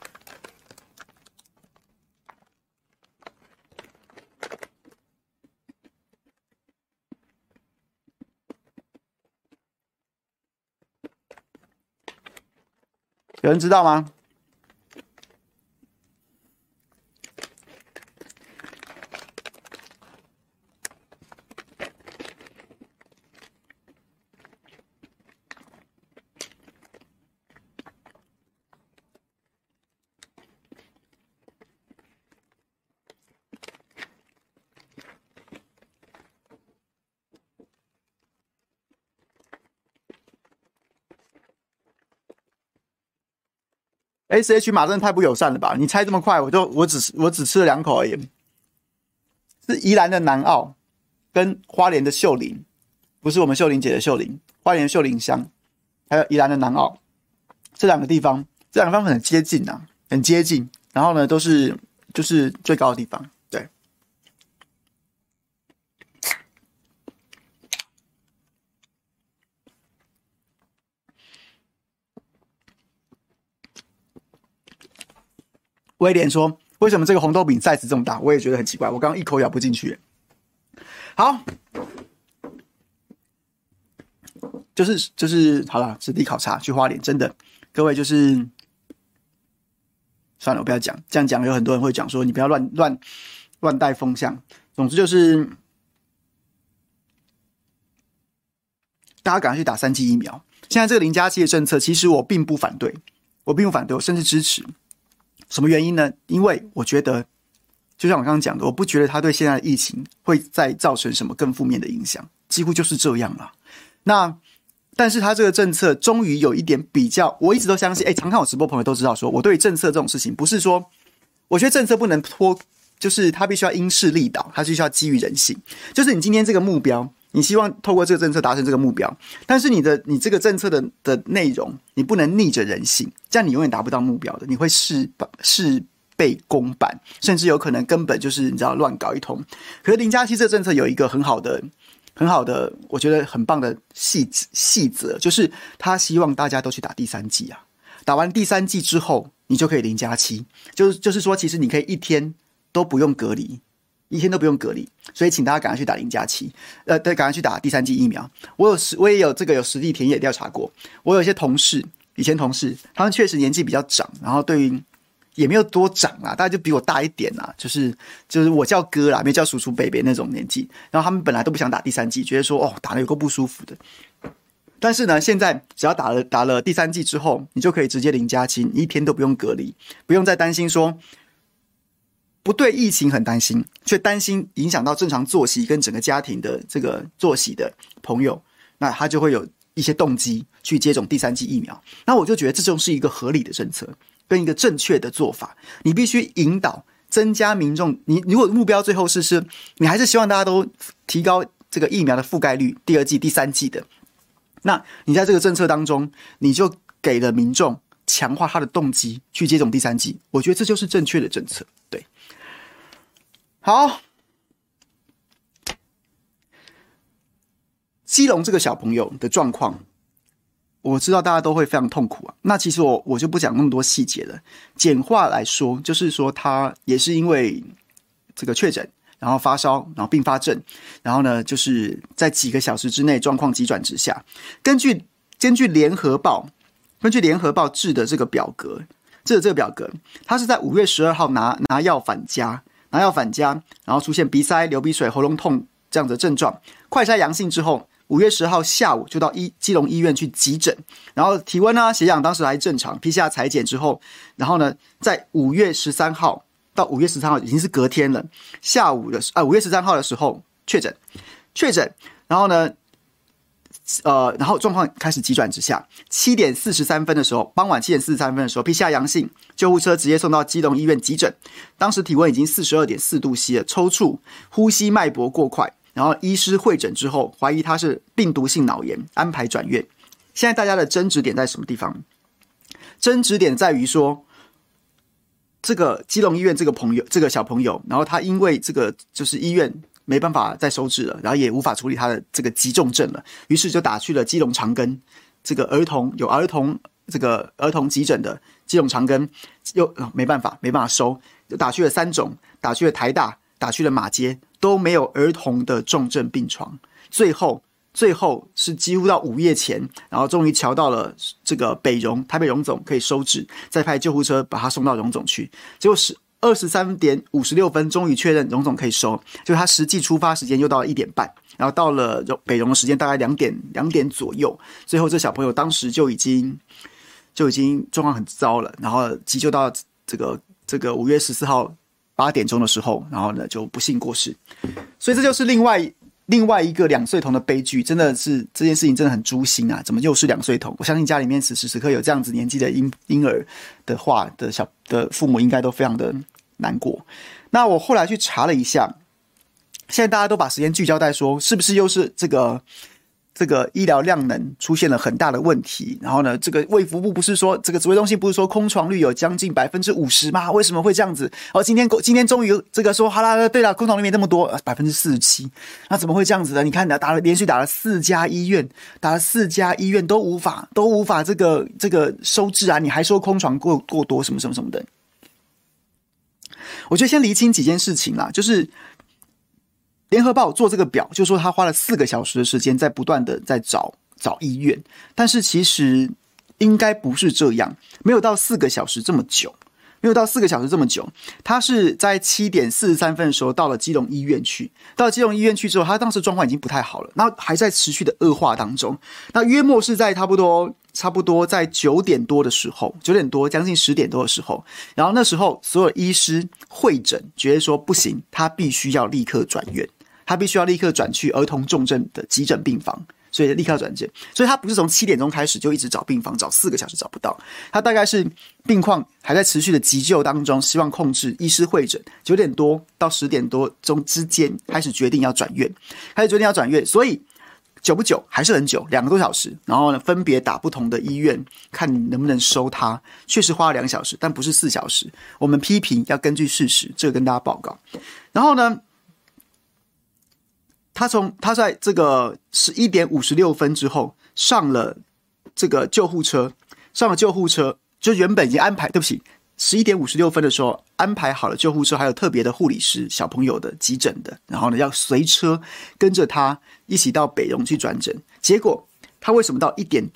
有人知道吗？SH 马真的太不友善了吧！你猜这么快，我只吃了2口而已。是宜兰的南澳跟花莲的秀林，不是我们秀玲姐的秀林，花莲的秀林乡，还有宜兰的南澳，这两个地方很接近啊，很接近。然后呢，就是最高的地方，对。威廉说：“为什么这个红豆饼 size 这么大？”我也觉得很奇怪，我刚刚一口咬不进去。好，就是好了，实地考察去花莲，真的，各位就是算了，我不要讲，这样讲有很多人会讲说你不要乱带风向。总之就是大家赶快去打3剂疫苗。现在这个0+7的政策，其实我并不反对，我甚至支持。什么原因呢？因为我觉得，就像我刚刚讲的，我不觉得它对现在的疫情会再造成什么更负面的影响，几乎就是这样了。但是它这个政策终于有一点比较，我一直都相信，常看我直播朋友都知道说，我对政策这种事情不是说，我觉得政策不能拖，就是它必须要因势利导，它必须要基于人性。就是你今天这个目标，你希望透过这个政策达成这个目标，但是你这个政策的内容，你不能逆着人性，这样你永远达不到目标的，你会事倍功半，甚至有可能根本就是你知道乱搞一通。可是0+7这个政策有一个很好的，我觉得很棒的细则，就是他希望大家都去打第3剂啊，打完第3剂之后，你就可以0+7，就是说，其实你可以一天都不用隔离。所以请大家赶快去打0+7，赶快去打第3剂疫苗。我也有实地田野调查过，我有一些以前同事，他们确实年纪比较长，然后对于也没有多长啦，大概就比我大一点啦，就是我叫哥啦，没叫叔叔伯伯那种年纪。然后他们本来都不想打第3剂，觉得说打了有够不舒服的。但是呢，现在只要打了第3剂之后，你就可以直接0+7，你一天都不用隔离，不用再担心说。不对疫情很担心，却担心影响到正常作息跟整个家庭的这个作息的朋友，那他就会有一些动机去接种第3剂疫苗。那我就觉得这就是一个合理的政策，跟一个正确的做法。你必须引导增加民众，你如果目标最后是你还是希望大家都提高这个疫苗的覆盖率，第2剂、第3剂的，那你在这个政策当中，你就给了民众强化他的动机去接种第3剂，我觉得这就是正确的政策。对。好，基隆这个小朋友的状况，我知道大家都会非常痛苦啊。那其实我就不讲那么多细节了，简化来说，就是说他也是因为这个确诊，然后发烧，然后并发症，然后呢，就是在几个小时之内状况急转直下。根据根据联合报制的这个表格，他是在5月12号拿药返家，然后出现鼻塞、流鼻水、喉咙痛这样的症状，快筛阳性之后，5月10号下午就到基隆医院去急诊，然后体温啊、血氧当时还正常 ，PCR 采检之后，然后呢，在5月13号到5月13号已经是隔天了，下午的5月13号的时候确诊，然后呢，然后状况开始急转直下，7点43分的时候，傍晚7点43分的时候 ，PCR 阳性，救护车直接送到基隆医院急诊，当时体温已经42.4度 C 了，抽搐，呼吸脉搏过快，然后医师会诊之后，怀疑他是病毒性脑炎，安排转院。现在大家的争执点在什么地方？争执点在于说，这个基隆医院这个小朋友，然后他因为这个就是医院没办法再收治了，然后也无法处理他的这个急重症了，于是就打去了基隆长庚这个儿童急诊的基隆长庚，又没办法收，就打去了3种，打去了台大，打去了马偕，都没有儿童的重症病床。最后是几乎到午夜前，然后终于瞧到了这个台北荣总可以收治，再派救护车把他送到荣总去。结果是23点56分，终于确认荣总可以收，就他实际出发时间又到了1点半，然后到了北荣的时间大概2点左右，最后这小朋友当时就已经状况很糟了，然后急救到这个5月14号8点钟的时候，然后呢就不幸过世。所以这就是另外一个2岁童的悲剧，真的是这件事情真的很诛心啊！怎么又是2岁童？我相信家里面此时此刻有这样子年纪的婴儿的话的父母应该都非常的难过。那我后来去查了一下，现在大家都把时间聚焦在说，是不是又是这个医疗量能出现了很大的问题？然后呢，这个卫福部不是说这个指挥中心不是说空床率有将近 50% 吗？为什么会这样子？今天终于这个说好啦，对啦，空床率没那么多，47%，那怎么会这样子呢？你看连续打了4家医院都无法这个收治啊，你还说空床过多什么的？我觉得先厘清几件事情啦，就是联合报做这个表，就说他花了4个小时的时间在不断的在找医院，但是其实应该不是这样，没有到4个小时这么久，他是在7点43分的时候到了基隆医院去，之后，他当时状况已经不太好了，然后还在持续的恶化当中，那约莫是在差不多在9点多的时候，9点多将近10点多的时候，然后那时候所有医师会诊，觉得说不行，他必须要立刻转院，他必须要立刻转去儿童重症的急诊病房，所以立刻转诊。所以他不是从7点钟开始就一直找病房，找4个小时找不到，他大概是病况还在持续的急救当中，希望控制，医师会诊9点多到10点多钟之间开始决定要转院，所以久不久还是很久，2个多小时，然后呢分别打不同的医院看能不能收他，确实花了2小时，但不是4小时。我们批评要根据事实，这个跟大家报告。然后呢，他在这个11点56分之后上了这个救护车，就原本已经安排，对不起，11点56分的时候安排好了救护车，还有特别的护理师，小朋友的急诊的，然后呢要随车跟着他一起到北荣去转诊。结果他为什么到1点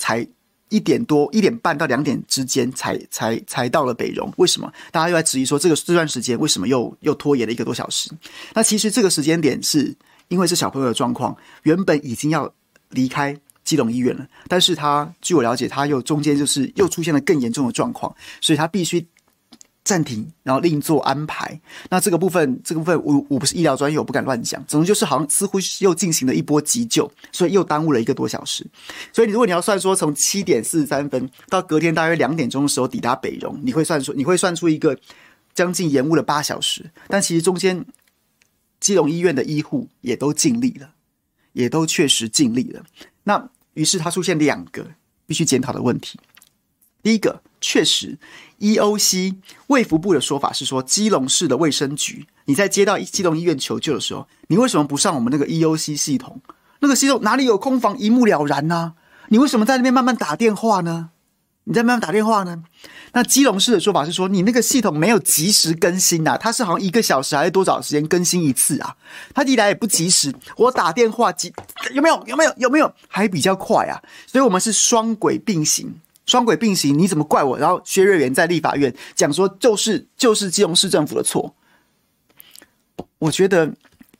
半到2点之间才到了北荣？为什么？大家又在质疑说这段时间为什么又拖延了1个多小时？那其实这个时间点是因为是小朋友的状况，原本已经要离开基隆医院了，但是他据我了解，他中间又出现了更严重的状况，所以他必须暂停，然后另做安排。那这个部分我不是医疗专业，我不敢乱讲。总之就是好像似乎又进行了一波急救，所以又耽误了1个多小时。所以如果你要算说从7点43分到隔天大约2点钟的时候抵达北荣，你会算出一个将近延误了8小时。但其实中间基隆医院的医护也都尽力了，也都确实尽力了。那于是他出现2个必须检讨的问题。第一个，确实 EOC 卫福部的说法是说，基隆市的卫生局，你在接到基隆医院求救的时候，你为什么不上我们那个 EOC 系统？那个系统哪里有空房，一目了然啊，你为什么在那边慢慢打电话呢？ 你在慢慢打电话呢？那基隆市的说法是说，你那个系统没有及时更新啊，它是好像1个小时还是多少时间更新一次啊？它一来也不及时，我打电话有没有还比较快啊？所以我们是双轨并行，你怎么怪我？然后薛瑞元在立法院讲说，就是基隆市政府的错。我觉得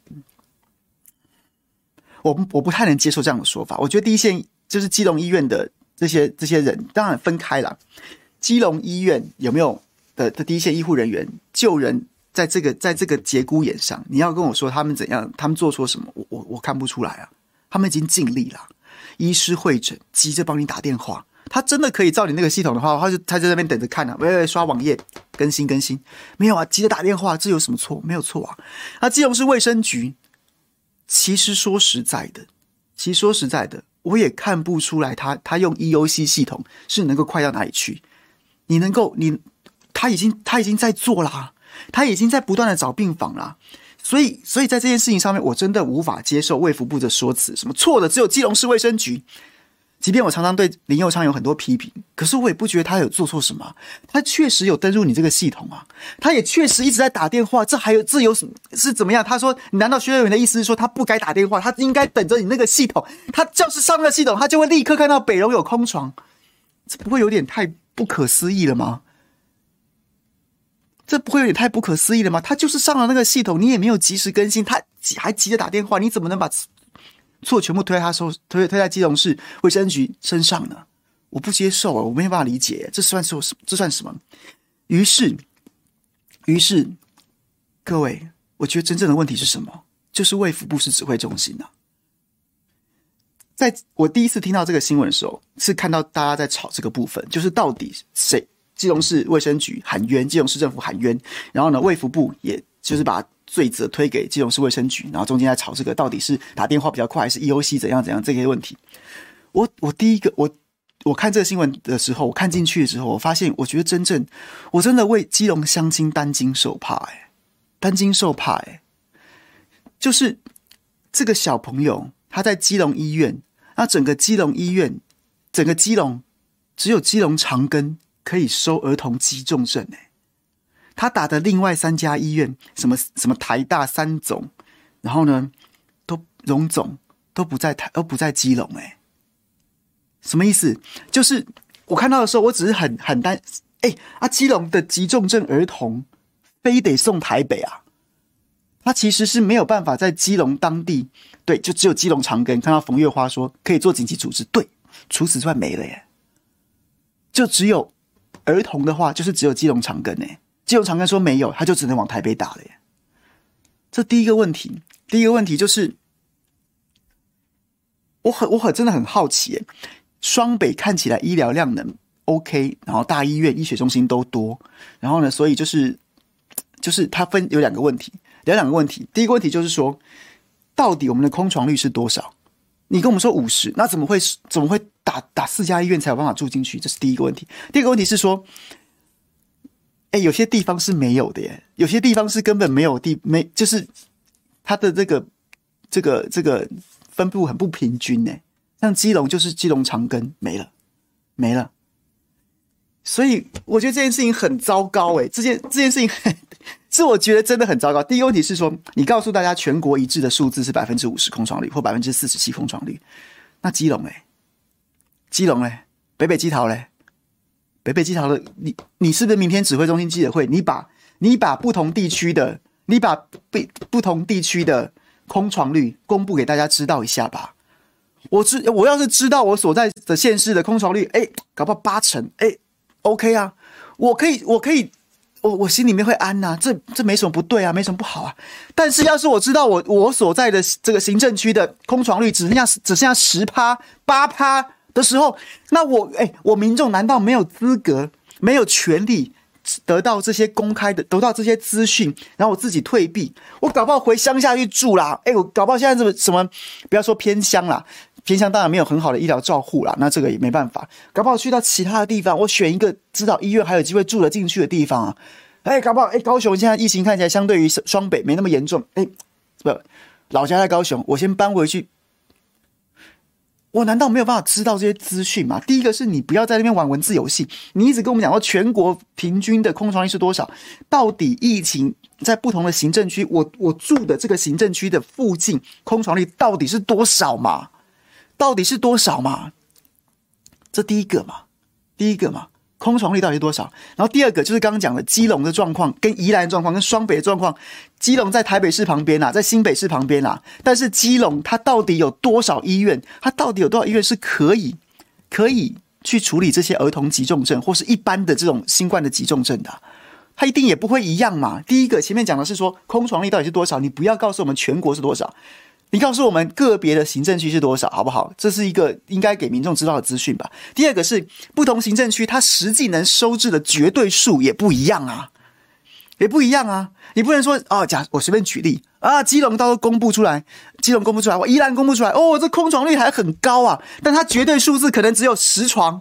我不太能接受这样的说法。我觉得第一线就是基隆医院的这些人，当然分开了。基隆医院有没有的第一线医护人员救人，在这个节骨眼上，你要跟我说他们怎样，他们做错什么，我看不出来啊。他们已经尽力了，医师会诊，急着帮你打电话。他真的可以照你那个系统的话，他在那边等着看啊，喂，刷网页更新，没有啊，急着打电话，这有什么错？没有错啊。那基隆市卫生局，其实说实在的，我也看不出来他用 EOC 系统是能够快到哪里去。他已经在做啦，他已经在不断的找病房啦。所以在这件事情上面，我真的无法接受卫福部的说辞，什么错的只有基隆市卫生局。即便我常常对林右昌有很多批评，可是我也不觉得他有做错什么。他确实有登入你这个系统啊，他也确实一直在打电话，这有什么是怎么样？他说，你难道薛瑞元的意思是说他不该打电话，他应该等着你那个系统，他就是上那个系统，他就会立刻看到北荣有空床，这不会有点太不可思议了吗？他就是上了那个系统，你也没有及时更新，他还急着打电话，你怎么能把错全部推在基隆市卫生局身上呢？我不接受，我没有办法理解，这算什么？于是，各位，我觉得真正的问题是什么？就是卫福部是指挥中心啊。在我第一次听到这个新闻的时候，是看到大家在吵这个部分，就是到底谁？基隆市卫生局喊冤，基隆市政府喊冤，然后呢，卫福部也就是把罪责推给基隆市卫生局，然后中间在吵这个到底是打电话比较快，还是 EOC 怎样这些问题。我看这个新闻的时候，我看进去的时候，我发现，我觉得我真的为基隆乡亲担惊受怕，就是这个小朋友他在基隆医院，那整个基隆只有基隆长庚可以收儿童急重症他打的另外3家医院，什么台大3总，然后呢，荣总都不在基隆什么意思？就是我看到的时候，我只是很担基隆的急重症儿童非得送台北啊，他其实是没有办法在基隆当地，对，就只有基隆长庚。看到冯月花说可以做紧急处置，对，除此之外没了就只有儿童的话，就是只有基隆长庚基隆长庚说没有，他就只能往台北打了这第一个问题就是我真的很好奇双北看起来医疗量能 OK， 然后大医院医学中心都多，然后呢，所以就是它有两个问题。第一个问题就是说，到底我们的空床率是多少？你跟我们说50，那怎么会打4家医院才有办法住进去？这是第一个问题。第二个问题是说，有些地方是没有的有些地方是根本没有就是它的这个分布很不平均像基隆就是基隆长庚没了，所以我觉得这件事情很糟糕这件事情是我觉得真的很糟糕。第一个问题是说，你告诉大家全国一致的数字是 50% 空床率或 47% 空床率，那基隆北北基桃的你是不是明天指挥中心记者会，你把不同地区的空床率公布给大家知道一下吧。我要是知道我所在的县市的空床率搞不好80%OK 啊，我心里面会安这没什么不对啊，没什么不好啊。但是要是我知道我所在的这个行政区的空床率只剩下 10%、8% 的时候，那我民众难道没有资格、没有权利得到这些公开的、得到这些资讯，然后我自己退避？我搞不好回乡下去住啦，我搞不好现在什么不要说偏乡啦。偏乡当然没有很好的医疗照护啦，那这个也没办法。搞不好去到其他的地方，我选一个知道医院还有机会住得进去的地方啊。搞不好高雄现在疫情看起来相对于双北没那么严重，老家在高雄，我先搬回去。 我难道没有办法知道这些资讯吗？第一个是你不要在那边玩文字游戏，你一直跟我们讲说全国平均的空床率是多少，到底疫情在不同的行政区，我住的这个行政区的附近空床率到底是多少嘛？到底是多少嘛？这第一个嘛，空床率到底是多少？然后第二个就是刚刚讲的基隆的状况、跟宜兰的状况、跟双北的状况。基隆在台北市旁边啦，在新北市旁边啦，但是基隆它到底有多少医院？它到底有多少医院是可以去处理这些儿童急重症或是一般的这种新冠的急重症的啊？它一定也不会一样嘛。第一个前面讲的是说空床率到底是多少，你不要告诉我们全国是多少。你告诉我们个别的行政区是多少，好不好？这是一个应该给民众知道的资讯吧。第二个是不同行政区，它实际能收治的绝对数也不一样啊，你不能说我随便举例啊，基隆到时候公布出来，我宜兰公布出来，这空床率还很高啊，但它绝对数字可能只有10床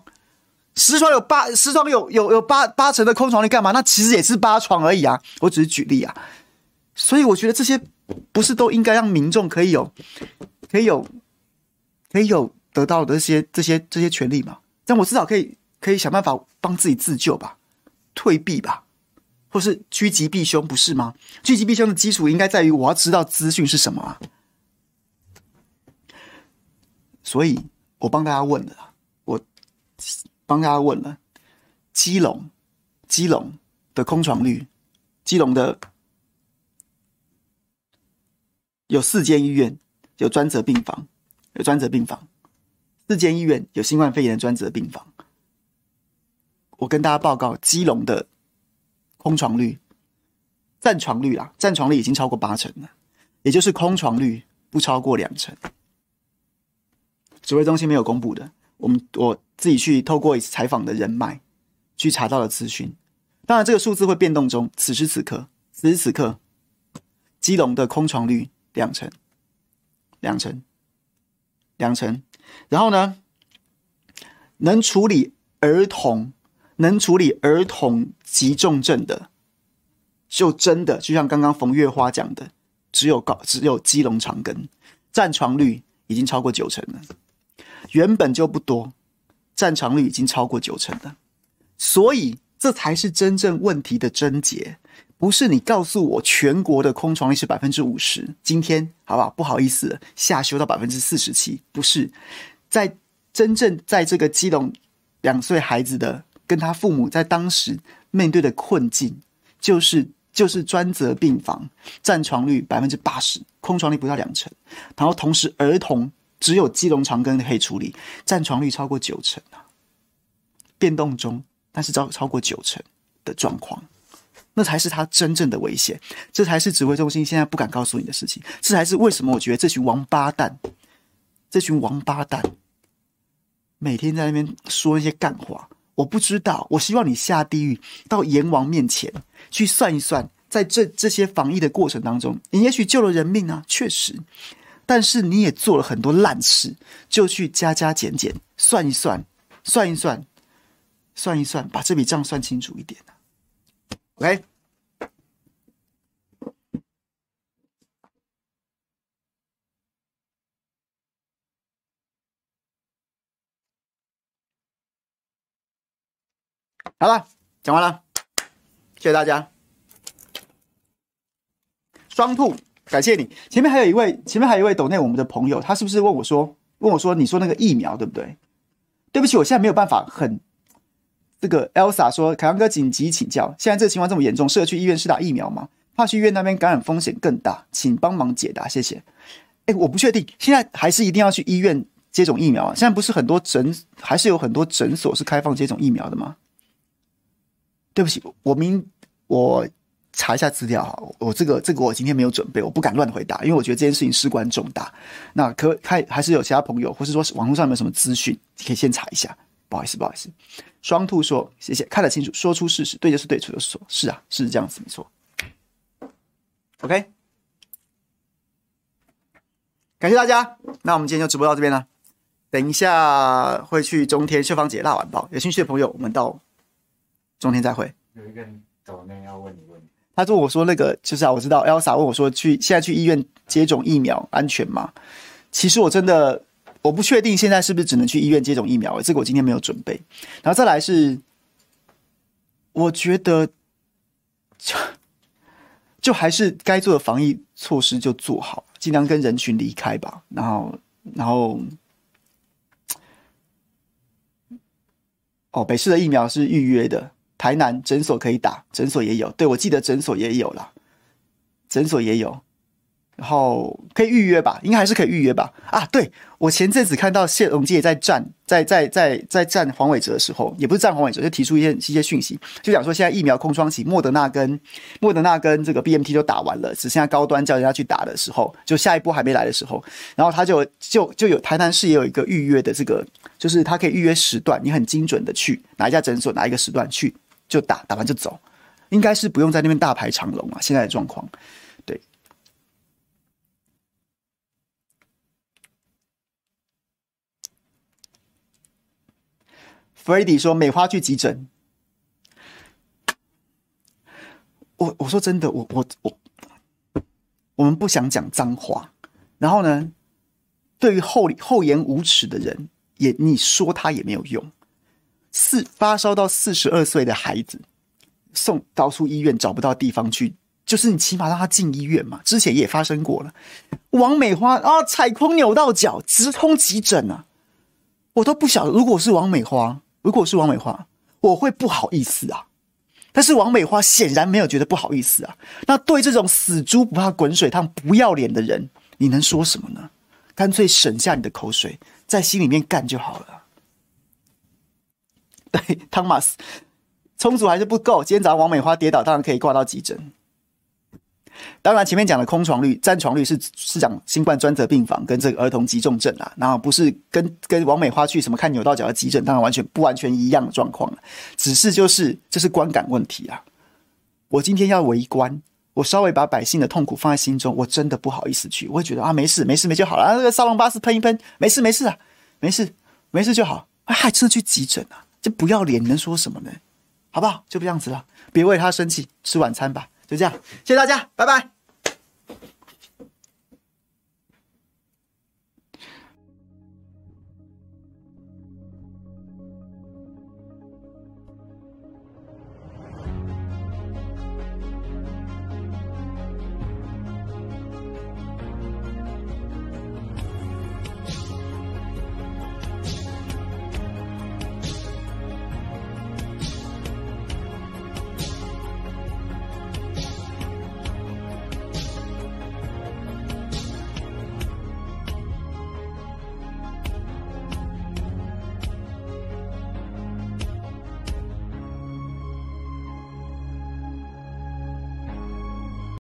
有八成的空床率干嘛？那其实也是8床而已啊，我只是举例啊。所以我觉得这些不是都应该让民众可以有得到的这些权利嘛？这样我至少可以想办法帮自己自救吧，退避吧，或是趋吉避凶，不是吗？趋吉避凶的基础应该在于我要知道资讯是什么啊。所以我帮大家问了，基隆的空床率，基隆的有4间医院有专责病房，4间医院有新冠肺炎的专责病房。我跟大家报告，基隆的空床率、占床率已经超过8成了，也就是空床率不超过2成。指挥中心没有公布的，我自己去透过采访的人脉去查到的资讯。当然，这个数字会变动中，此时此刻，基隆的空床率2成。然后呢，能处理儿童急重症的，就真的就像刚刚冯月花讲的，只有基隆长庚，占床率已经超过9成了，原本就不多，占床率已经超过9成了，所以这才是真正问题的症结。不是你告诉我全国的空床率是 50%， 今天好不好？不好意思了，下修到 47%， 不是。真正在这个基隆2岁孩子的跟他父母在当时面对的困境，就是专责病房占床率 80%， 空床率不到2成，然后同时儿童只有基隆长庚可以处理，占床率超过9成啊，变动中，但是超过9成的状况。那才是他真正的危险，这才是指挥中心现在不敢告诉你的事情，这才是为什么我觉得这群王八蛋每天在那边说那些干话。我不知道，我希望你下地狱到阎王面前去算一算，在这些防疫的过程当中，你也许救了人命啊，确实，但是你也做了很多烂事，就去加减减，算一算，把这笔账算清楚一点。OK， 好了，讲完了，谢谢大家。双兔，感谢你。前面还有一位抖内我们的朋友，他是不是问我说你说那个疫苗对不对？对不起，我现在没有办法很。这个 Elsa 说，凯阳哥紧急请教，现在这个情况这么严重，适合去医院施打疫苗吗？怕去医院那边感染风险更大，请帮忙解答，谢谢。我不确定，现在还是一定要去医院接种疫苗啊？现在不是还是有很多诊所是开放接种疫苗的吗？对不起，我查一下资料哈，我这个我今天没有准备，我不敢乱回答，因为我觉得这件事情事关重大。那还是有其他朋友，或是说网络上有没有什么资讯，可以先查一下。不好意思。双兔说：“谢谢，看得清楚，说出事实，对就是对，错就是错。是啊，是这样子，没错。OK， 感谢大家。那我们今天就直播到这边了。等一下会去中天秀芳姐辣晚报，有兴趣的朋友，我们到中天再会。 有一个抖内要问你问题， 他说我说那个就是我知道 Elsa 问我说现在去医院接种疫苗安全吗？其实我真的我不确定现在是不是只能去医院接种疫苗，这个我今天没有准备。然后再来是，我觉得就还是该做的防疫措施就做好，尽量跟人群离开吧。然后，北市的疫苗是预约的，台南诊所可以打，诊所也有。对，我记得诊所也有啦，诊所也有。然后可以预约吧，应该还是可以预约吧。啊，对，我前阵子看到谢龙介也在站黄伟哲的时候，也不是站黄伟哲，就提出一些讯息，就讲说现在疫苗空窗期，莫德纳跟这个 BNT 都打完了，只剩下高端叫人家去打的时候，就下一波还没来的时候，然后他就有台南市也有一个预约的这个，就是他可以预约时段，你很精准的去哪一家诊所哪一个时段去就打完就走，应该是不用在那边大排长龙啊，现在的状况。Freddy 说美花去急诊，我说真的，我们不想讲脏话，然后呢，对于厚颜无耻的人，你说他也没有用。发烧到42岁的孩子送到出医院找不到地方去，就是你起码让他进医院嘛。之前也发生过了，王美花啊踩空扭到脚，直通急诊啊，我都不晓得，如果是王美花，我会不好意思啊。但是王美花显然没有觉得不好意思啊。那对这种死猪不怕滚水烫、不要脸的人，你能说什么呢？干脆省下你的口水，在心里面干就好了。对，汤马斯充足还是不够。今天早上王美花跌倒，当然可以挂到急诊。当然前面讲的空床率、占床率是讲新冠专责病房跟这个儿童急重症啦，然后不是跟王美花去什么看扭到脚的急诊，当然不完全一样的状况，只是就是这是观感问题啊。我今天要围观，我稍微把百姓的痛苦放在心中，我真的不好意思去，我会觉得啊没事就好了，那个沙龙巴斯喷一喷，没事啊，没事就好，还真的去急诊啊，这不要脸，你能说什么呢？好不好？就这样子了，别为他生气，吃晚餐吧。就这样，谢谢大家，拜拜。